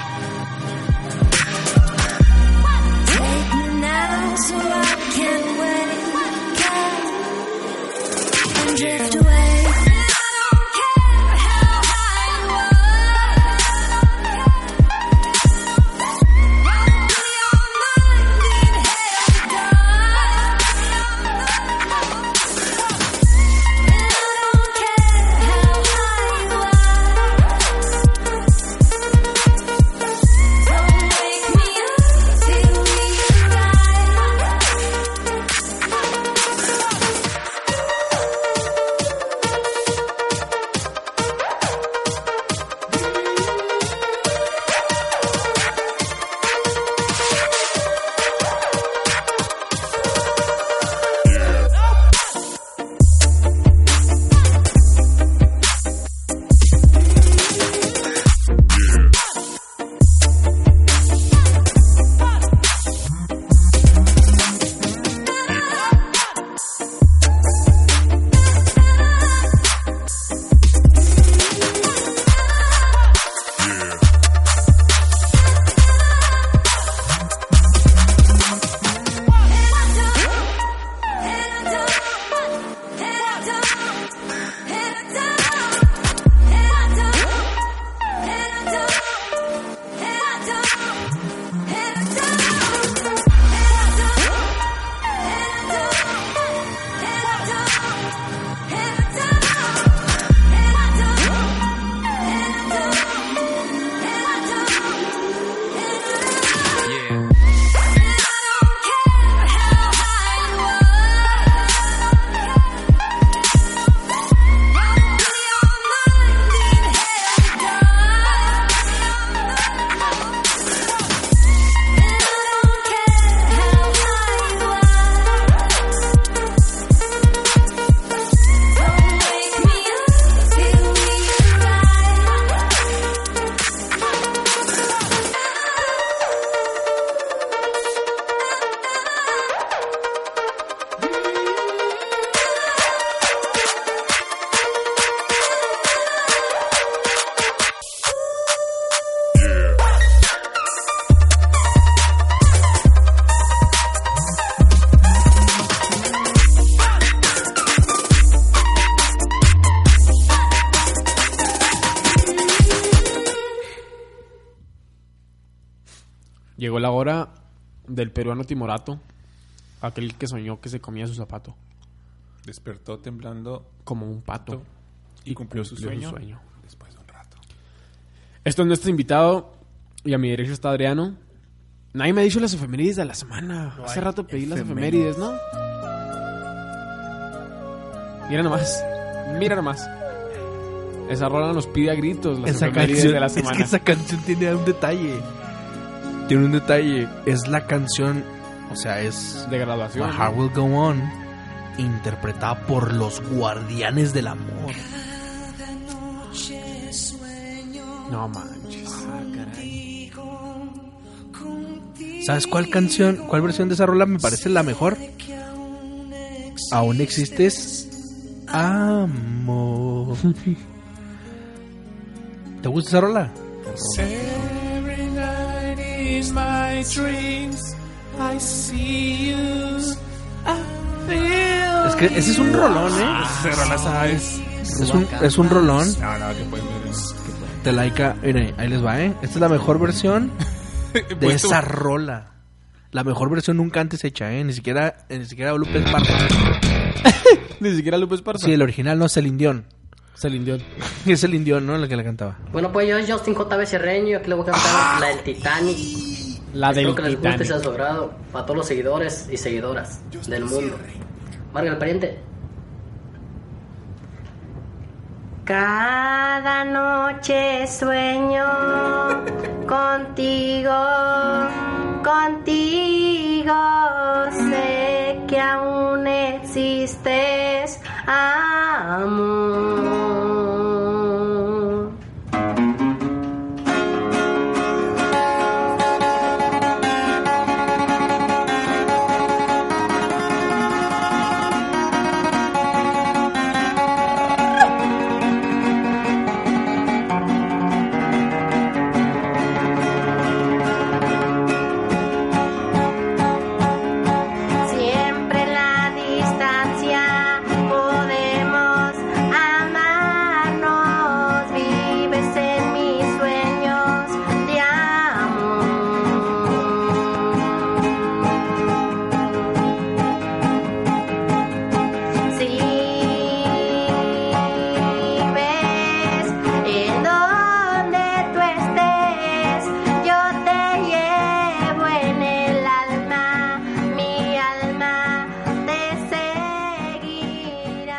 Take me now so I can wake up and drift away. I don't care how high you are. llegó la hora del peruano timorato, aquel que soñó que se comía su zapato Despertó temblando como un pato y cumplió su sueño. sueño. Después de un rato. Esto es nuestro invitado y a mi derecha está Adriano. Nadie me ha dicho las efemérides de la semana. No Hace hay rato pedí las efemérides. efemérides, ¿no? Mira nomás. Mira nomás. Esa rola nos pide a gritos las Esa efemérides canción, de la es semana. que esa canción tiene un detalle. Tiene un detalle. Es la canción, o sea, es De graduación. My Heart Will Go On, interpretada por los Guardianes del Amor. No manches. ¿Sabes cuál canción, cuál versión de esa rola me parece la mejor? Aún existes, amor. ¿Te gusta esa rola? Every night in my dreams I see you. I feel. Es que ese es un rolón, ¿eh? Se rola, ¿sabes? Es un, es un rolón. No, no, que pueden ver. De Laika, miren, ahí les va, ¿eh? Esta es la mejor versión de Pues tú- esa rola. La mejor versión nunca antes hecha, ¿eh? Ni siquiera, ni siquiera Lupe Esparza. Ni siquiera Lupe Esparza. Sí, el original no es el Indión. Celine Dion. Es el Indión, ¿no? El que la cantaba. Bueno, pues yo, Justin J B Cerreño, y aquí le voy a cantar la del Titanic. La del Espero que les guste y Titanic. sea de su agrado. Para todos los seguidores y seguidoras del mundo. Marga el pariente. Cada noche sueño contigo, contigo. Sé que aún existes, amor. Siempre en la distancia podemos amarnos. Vives en mis sueños de amor. Si ves en donde tú estés, yo te llevo en el alma. Mi alma te seguirá.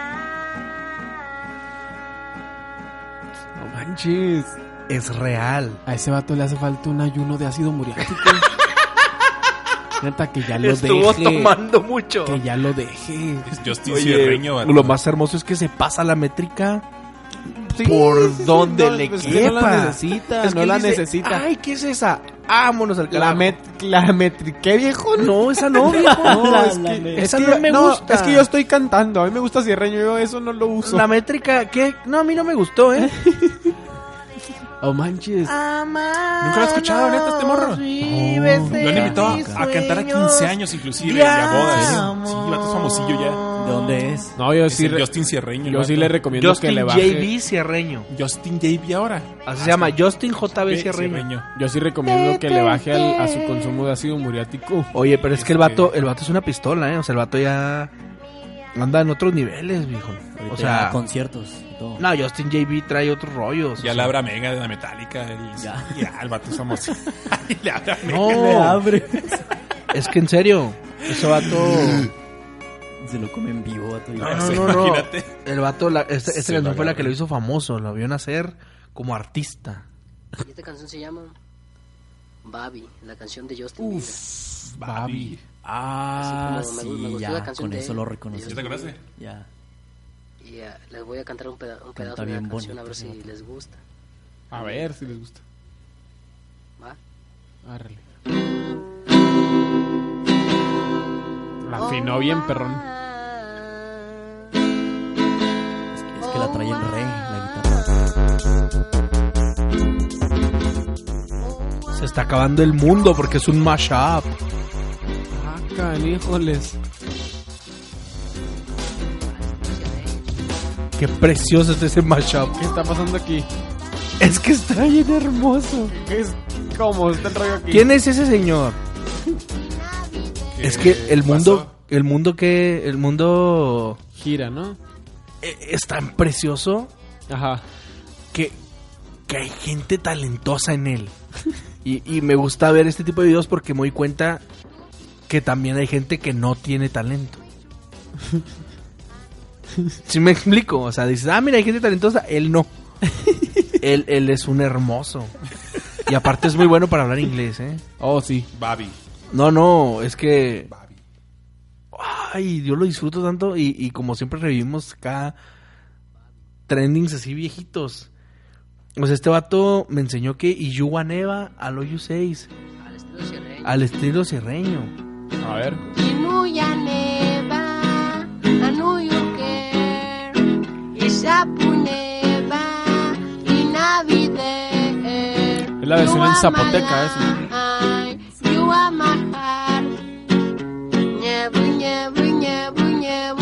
No manches. Es real. A ese vato le hace falta un ayuno de ácido muriático. Neta, que ya lo Estuvo deje. tomando mucho. Que ya lo deje. Es Justin Oye, Cierreño, vato. lo más hermoso es que se pasa la métrica por donde no, le pues, quepa. que no la necesita, Es que no él la dice, necesita. Ay, ¿qué es esa? Vámonos al La, carajo. met, la metriqué, viejo. No, esa no, viejo. No, La- es la que, met- es esa que no yo- me no, gusta. es que yo estoy cantando. A mí me gusta Cierreño, yo eso no lo uso. La métrica, ¿qué? No, a mí no me gustó, ¿eh? Oh, manches. Nunca lo he escuchado, neta, este morro. Lo han invitado a, a cantar a quince años, inclusive, y a bodas. Sí, vato es famosillo ya. ¿De dónde es? No, yo Es sí, el re- Justin Cierreño. el yo sí vato. le recomiendo Justin que le J baje. B Cierreño. Justin J B ahora. Así se llama, Justin J B Ve, Cierreño. Cierreño. Yo sí recomiendo que le baje al- a su consumo de ácido muriático. Oye, pero es que el vato, el vato es una pistola, ¿eh? O sea, el vato ya anda en otros niveles, viejo. Ahorita O sea, ya conciertos y todo. no, Justin J B trae otros rollos. Ya o le sea. abra Mega de la Metallica. El, Ya. ya, el vato es famoso. Le abra Mega. No, Le abre. es que en serio, ese vato... Se lo come en vivo. vato, y- No, no, Sí, no, no. imagínate. El vato, la, este, esta Se canción lo fue la que agarra. lo hizo famoso, lo vio nacer como artista. Y esta canción se llama Babi, la canción de Justin Bieber. Babi. Ah, Así como me gu- me sí, gustó ya. la canción Con de eso él. lo reconocí. ¿Ya te conoce? Ya. Y eh, les voy a cantar un, peda- un pedazo Canta de la bien canción a bonito ver si ese vato. les gusta. A ver si les gusta. ¿Va? Árale. La afinó bien, perrón. Es que, es que la trae en re, la guitarra. Se está acabando el mundo porque es un mashup. Ah, caníjoles. Qué precioso es ese mashup. ¿Qué está pasando aquí? Es que está bien hermoso. ¿Qué es? ¿Cómo está el rollo aquí? ¿Quién es ese señor? ¿Qué Es que el mundo, pasó? el mundo que, el mundo Gira, ¿no? eh, es tan precioso Ajá. que, que hay gente talentosa en él. Y, y me gusta ver este tipo de videos porque me doy cuenta que también hay gente que no tiene talento. ¿Sí me explico? O sea, dices, ah, mira, hay gente talentosa. Él no. él, él es un hermoso. Y aparte es muy bueno para hablar inglés, ¿eh? Oh, sí. Babi. No, no, es que... Babi. Ay, yo lo disfruto tanto y, y como siempre revivimos acá trendings así viejitos. O sea, este vato me enseñó que Iyuaneva a lo you seis. Al estilo sierreño. A ver. Inuyaneva, Anuyuker, Isapuneva, Inavide. Es la versión en zapoteca, eso. Ay, you are my heart. Ñebu, ñebu, ñebu, ñebu,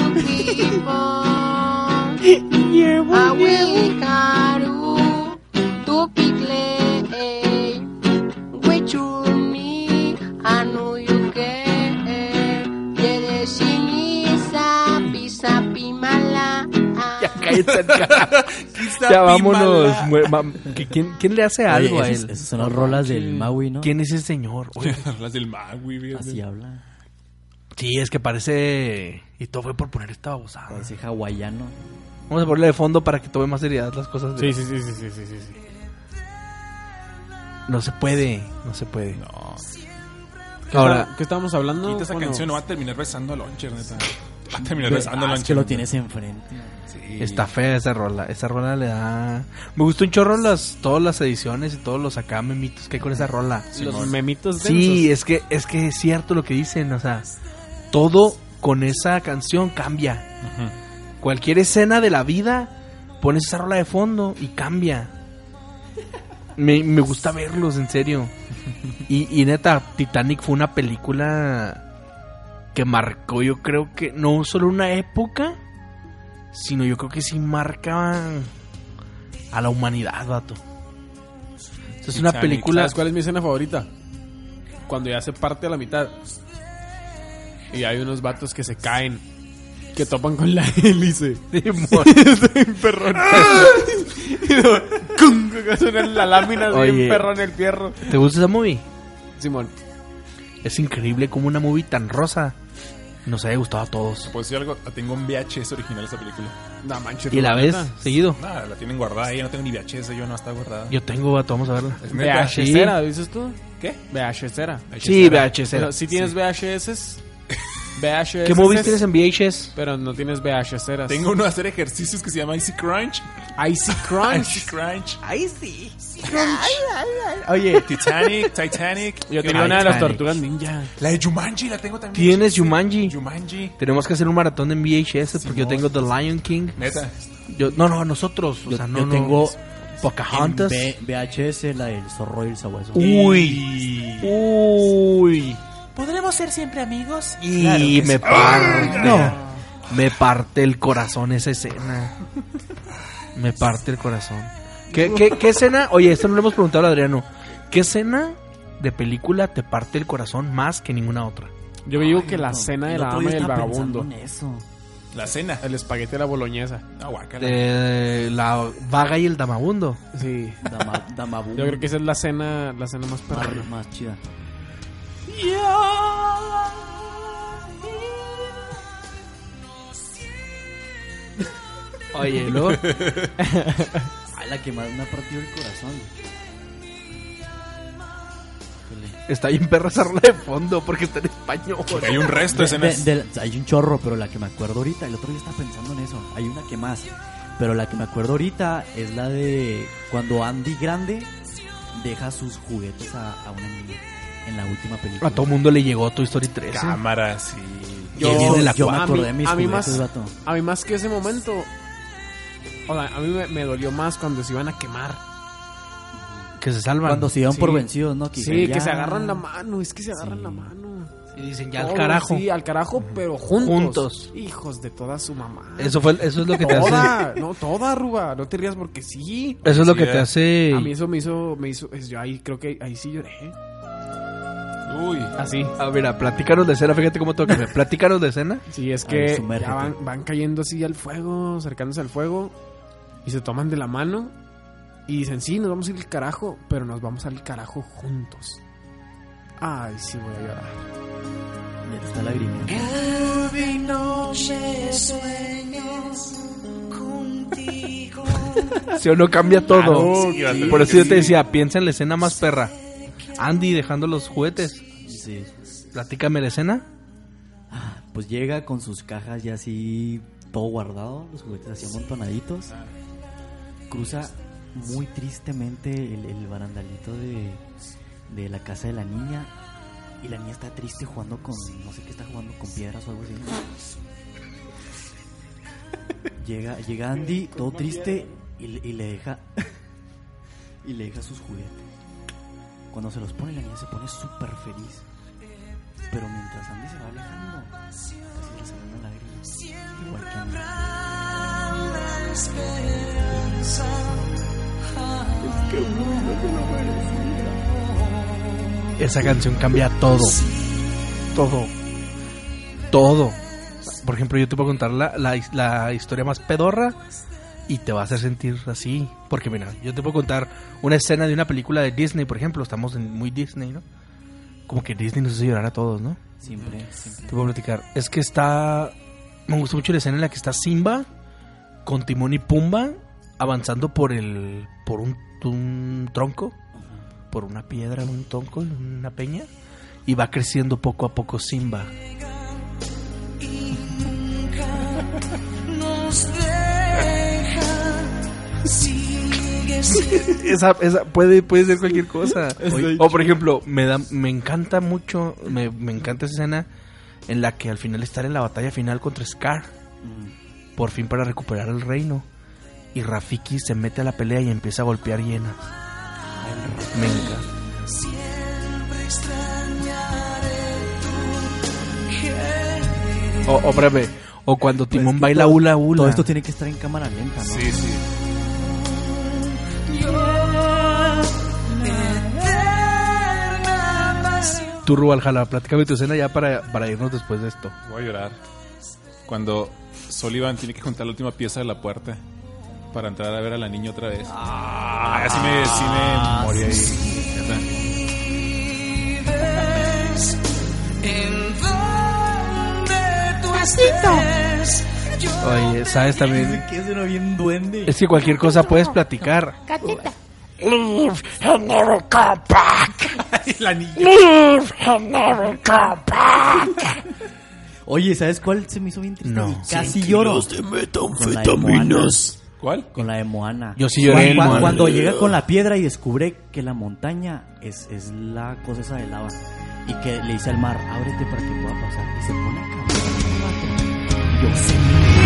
people. Awikaru, tupikle, wechuni, anuyuker, yeresinisa, pisapimala. Ya cállate el cara. Ya vámonos. mue- va- que ¿Quién, quién le hace algo Oye, a esas- él? Esas son las rolas del Maui, ¿no? ¿Quién es ese señor? Oye, Las del Magui, fíjate. Así habla. sí, es que parece... Y todo fue por poner esta babosada. Parece hawaiano. Vamos a ponerle de fondo para que tome más seriedad las cosas. de- Sí, sí, sí, sí, sí, sí, sí, sí. No se puede, no se puede. No. ¿Qué Ahora- está- ¿Qué estábamos hablando? Quita esa Bueno, canción, no va a terminar besando a Launcher, neta. Va a terminar Ve- besando a Ah, es Launcher. que lo tienes enfrente. Sí. Está fea esa rola. Esa rola le da... Me gustó un chorro las, todas las ediciones y todos los acá memitos que hay con esa rola. Los memitos densos. Sí, es que, es que es cierto lo que dicen. O sea, todo con esa canción cambia. Ujú. Cualquier escena de la vida, pones esa rola de fondo y cambia. Me, me gusta verlos, en serio. Y, y neta, Titanic fue una película que marcó, yo creo que no solo una época, sino yo creo que sí marca a la humanidad, vato. O sea, es una Titanic, película... ¿Sabes cuál es mi escena favorita? Cuando ya se parte a la mitad. Y hay unos vatos que se caen. Que topan con la hélice. Está bien perrón. Y luego, ¡cum! Que suena la lámina así Oye. bien perrón el fierro. ¿Te gusta esa movie? Simón. Es increíble como una movie tan rosa nos haya gustado a todos. Pues decir algo, tengo un V H S original esa película. No manches. ¿Y la ves neta. seguido? Nada, la tienen guardada ahí, no tengo ni V H S, yo no está guardada. Yo tengo, vato, vamos a verla. Es neta. VHSera, dices tú. ¿Qué? VHSera. Sí, V H S. Pero si tienes V H S. V H S. ¿Qué movies tienes en V H S? Pero no tienes VHSeras. Tengo uno de hacer ejercicios que se llama Icy Crunch. Icy Crunch. Icy Crunch. Ahí sí. Oye, Titanic, Titanic. yo ¿Qué tenía más? una de las Titanic. tortugas ninja. La de Jumanji la tengo también. ¿Tienes Sí, Jumanji? Jumanji. Tenemos que hacer un maratón en V H S porque yo Simón. tengo The Lion King. Neta. Yo, no, no, nosotros. O Yo, sea, no, yo no. tengo Pocahontas. en V- VHS la del zorro y el sabueso. Uy. Uy. ¿Podremos ser siempre amigos? Y me parte. No. Me parte el corazón esa escena. Me parte el corazón. ¿Qué, qué, qué escena? Oye, esto no le hemos preguntado a Adriano. ¿Qué escena de película te parte el corazón más que ninguna otra? Yo digo que Ay, la no. cena de El la otro dama y día el estaba vagabundo. pensando en eso. La cena. El espagueti de la boloñesa. Ah, guácala. De la vaga y el damabundo. Sí. Dama, Damabu. Yo creo que esa es la cena, la cena más más, perrona. más chida. Oye, ¿y luego? Ay, la que más me ha partido el corazón. Está bien perra esa rola de fondo porque está en español. Porque hay un resto de De- escenas. de- de- hay un chorro, pero la que me acuerdo ahorita, el otro día estaba pensando en eso. Hay una que más. Pero la que me acuerdo ahorita es la de cuando Andy grande deja sus juguetes a, a una niña en la última película. A todo mundo le llegó Toy Story tres. ¿eh? Cámaras y... Yo- viene la yo me a acordé mí- de mis a mí juguetes, más- vato. A mí más que ese momento. O sea, a mí me, me dolió más cuando se iban a quemar. Que se salvan. Cuando se iban Sí. por vencidos, ¿no? Que Sí, dicen, que ya. se agarran la mano. Es que se agarran Sí. la mano. Y dicen ya al Todos, carajo. Sí, al carajo, pero juntos. Juntos. Hijos de toda su mamá. Eso fue, eso es lo que te hace. Toda, no, toda, Ruba. No te rías porque sí. Eso es lo que Sí, te eh. hace. A mí eso me hizo, me hizo, es- yo ahí creo que ahí sí lloré. Uy. Así. Ah, mira, platícanos de escena, fíjate cómo toca. Platícanos de escena. Sí, es A ver, que sumérgete. ya van, van cayendo así al fuego, acercándose al fuego, y se toman de la mano y dicen, sí, nos vamos a ir al carajo, pero nos vamos al carajo juntos. Ay, sí, voy a llorar. Ya te está lagrimeando. Si o no cambia todo. Claro, sí, Sí, sí, por eso que yo te sí. decía, piensa en la escena más perra. Andy dejando los juguetes. Sí. Platícame la escena. Pues llega con sus cajas ya así, todo guardado, los juguetes así amontonaditos. Cruza muy tristemente el, el barandalito de, de la casa de la niña. Y la niña está triste jugando con, no sé qué está jugando, con piedras o algo así. Llega, llega Andy, todo triste, y, le- y le deja y le deja sus juguetes. Cuando se los pone, la niña se pone súper feliz. Pero mientras Andy se va alejando, casi le sale una lágrima. Igual que a mí. Esa canción cambia todo. Todo. Todo. Por ejemplo, yo te puedo contar la, la, la historia más pedorra y te va a hacer sentir así. Porque mira, yo te puedo contar una escena de una película de Disney, por ejemplo. Estamos en muy Disney, ¿no? Como que Disney nos hace llorar a todos, ¿no? Siempre, siempre. Te puedo platicar. Es que está... Me gusta mucho la escena en la que está Simba con Timón y Pumba avanzando por el... por un, un tronco, por una piedra, en un tronco, en una peña, y va creciendo poco a poco Simba. esa, esa puede, puede ser cualquier cosa. O por ejemplo, me da, me encanta mucho, me, me encanta esa escena en la que al final estar en la batalla final contra Scar, por fin para recuperar el reino, y Rafiki se mete a la pelea y empieza a golpear hienas. Me encanta. O, o, espérame, o cuando Pues Timón que baila todo- hula hula. Todo esto tiene que estar en cámara lenta, ¿no? Sí, sí. Tú, Rubaljala, platícame tu escena ya para, para irnos después de esto. Voy a llorar. Cuando Sullivan tiene que juntar la última pieza de la puerta para entrar a ver a la niña otra vez. Ah, así me, sí me morí ahí. Oye, ¿sabes también? Que es uno bien duende. Es que cualquier cosa puedes platicar. Gatita. Leave and never come back. La niña. Leave and never come back. Oye, ¿sabes cuál se me hizo bien triste? No. Y casi lloro. Con la de Moana. ¿Cuál? Con la de Moana. Yo sí lloré en Cuando, Moana. cuando llega con la piedra y descubre que la montaña es, es la cosa esa de lava. Y que le dice al mar, ábrete para que pueda pasar. Y se pone a caminar. Yo sé.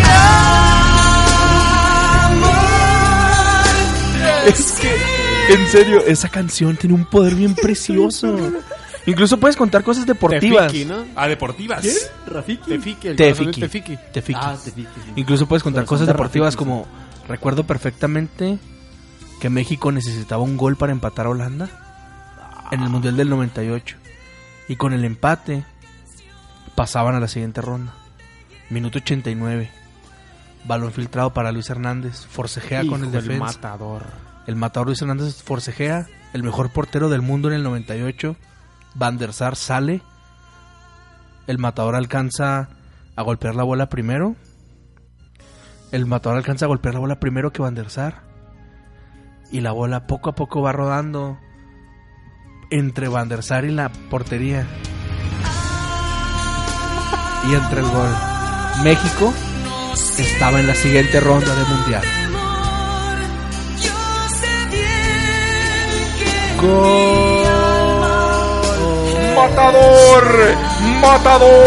Es que, en serio, esa canción tiene un poder bien precioso. Incluso puedes contar cosas deportivas. Tefiki, ¿no? Ah, deportivas. Rafiki. Tefiki, el corazón de Tefiki. Tefiki. Tefiki. Ah, te fijas, sí. Incluso puedes contar Corazón cosas de deportivas Rafiki, como... Recuerdo perfectamente que México necesitaba un gol para empatar a Holanda en el Mundial del noventa y ocho. Y con el empate pasaban a la siguiente ronda. Minuto ochenta y nueve. Balón filtrado para Luis Hernández. Forcejea con el Hijo, el defensa. matador. El matador Luis Hernández forcejea. El mejor portero del mundo en el noventa y ocho. Van der Sar sale. El matador alcanza a golpear la bola primero. El matador alcanza a golpear la bola primero que Van der Sar. Y la bola poco a poco va rodando entre Van der Sar y la portería. Y entra el gol. México estaba en la siguiente ronda de mundial. ¡Gol! ¡Matador!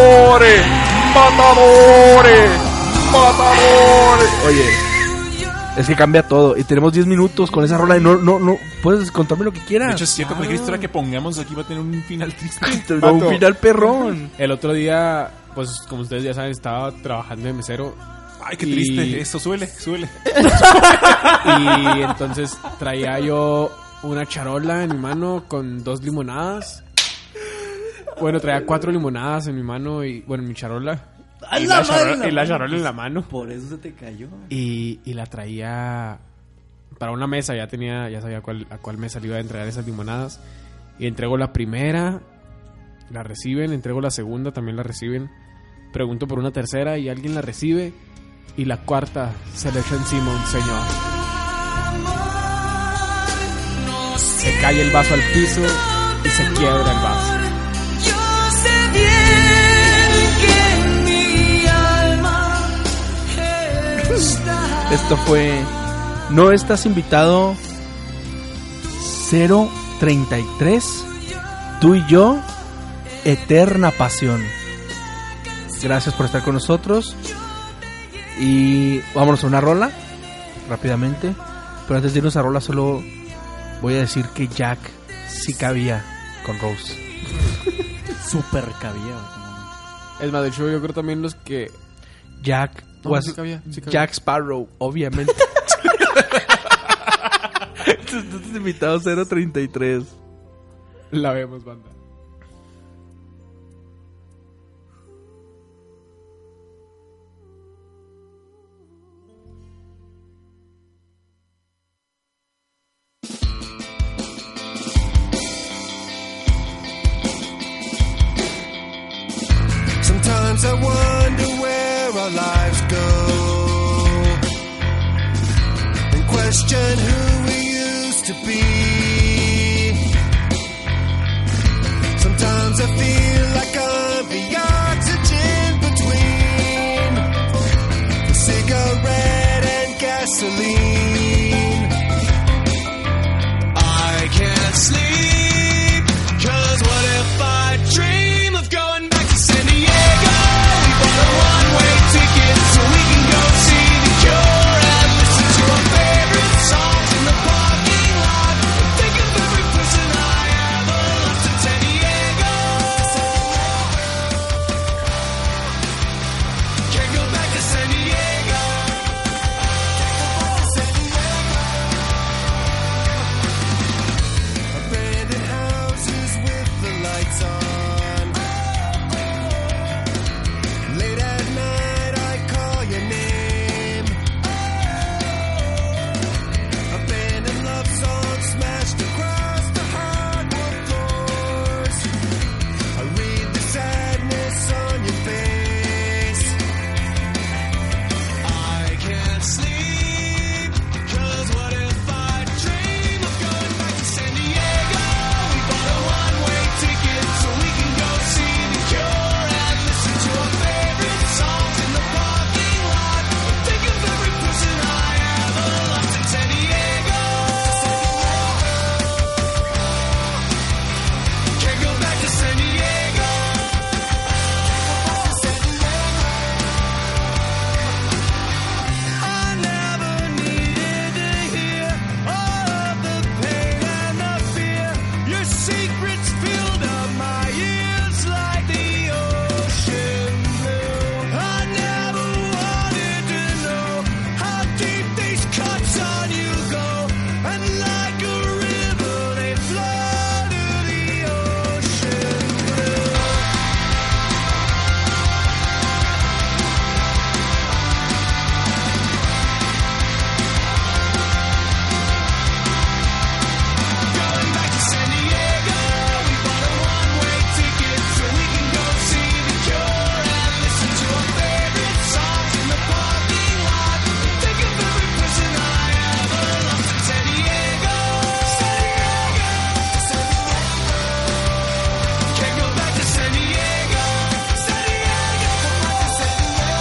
¡Matador! ¡Matador! ¡Matador! Oye, Es que cambia todo. Y tenemos diez minutos con esa rola y no, no, no. Puedes contarme lo que quieras. De hecho, es cierto, cualquier historia que pongamos aquí va a tener un final triste. No, un final perrón. El otro día, pues como ustedes ya saben, estaba trabajando de mesero. Ay, qué y- triste. Eso, suele, suele. Y entonces traía yo una charola en mi mano con dos limonadas. Bueno, traía cuatro limonadas en mi mano y, bueno, en mi charola. ¡A Y la la, charola, madre! y la charola en la mano. Por eso se te cayó. Y, y la traía para una mesa. Ya tenía, ya sabía cuál, a cuál mesa le iba a entregar esas limonadas. Y entrego la primera, la reciben. Entrego la segunda, también la reciben. Pregunto por una tercera y alguien la recibe. Y la cuarta se le echa encima un señor. Se cae el vaso al piso y se quiebra el vaso. Yo sé bien que mi alma está. Esto fue No Estás Invitado cero treinta y tres. Tú y yo, Eterna Pasión. Gracias por estar con nosotros. Y vámonos a una rola rápidamente. Pero antes de irnos a rola, solo voy a decir que Jack sí cabía con Rose. Super cabía. Es más, de hecho, yo creo también los que... Jack No, was sí cabía, sí cabía. Jack Sparrow, obviamente. Estás invitado cero treinta y tres. La vemos, banda. Sometimes I wonder where our lives go and question who we used to be. Sometimes I feel like I'm the oxygen between the cigarette and gasoline. I can't sleep, 'cause what if I dream of going back to San Diego? We bought a one-way ticket so we can go see The Cure and listen to our favorite songs in the parking lot. Think of every person I ever loved in San Diego. Can't go back to San Diego. Abandoned houses with the lights on. Late at night I call your name. Abandoned love songs smashed across the hardwood floors. I read the sadness on your face. I can't sleep, 'cause what if I dream of going back to San Diego? We bought a one-way ticket so we can go see The Cure and listen to our favorite songs in the parking lot. Think of every person I ever loved in San Diego. Can't go back to San Diego. I never needed to hear all of the pain and the fear. Your secrets filled up my ears like the ocean blue. I never wanted to know how deep these cuts on you go. And like a river they flow to the ocean blue. Going back to San Diego, we bought a one-way ticket so we can go see The Cure and listen to our favorite songs in the parking lot. Think of every person I ever loved in San Diego. San Diego, San Diego. Can't go back to San Diego. San Diego, San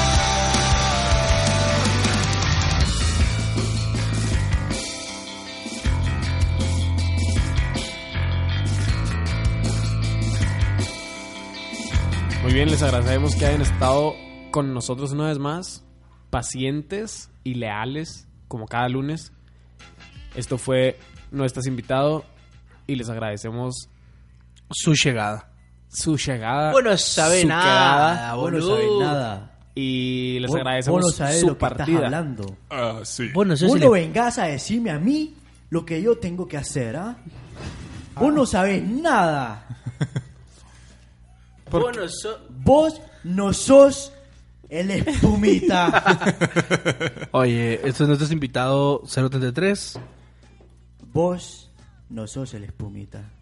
Muy bien, les agradecemos que hayan estado con nosotros una vez más, pacientes y leales como cada lunes. Esto fue No Estás Invitado y les agradecemos Su llegada. su llegada. Bueno, sabe su nada, quedada, Vos no boludo. sabés nada. y les Vos- agradecemos vos no sabés su lo que partida. estás hablando. Ah, sí. Bueno, eso Vos es no el... vengas a decirme a mí lo que yo tengo que hacer, ¿ah? Vos no sabés nada. Bueno, eso... Vos no sos el espumita. Oye, esto es nuestro invitado cero treinta y tres. Vos no sos el espumita.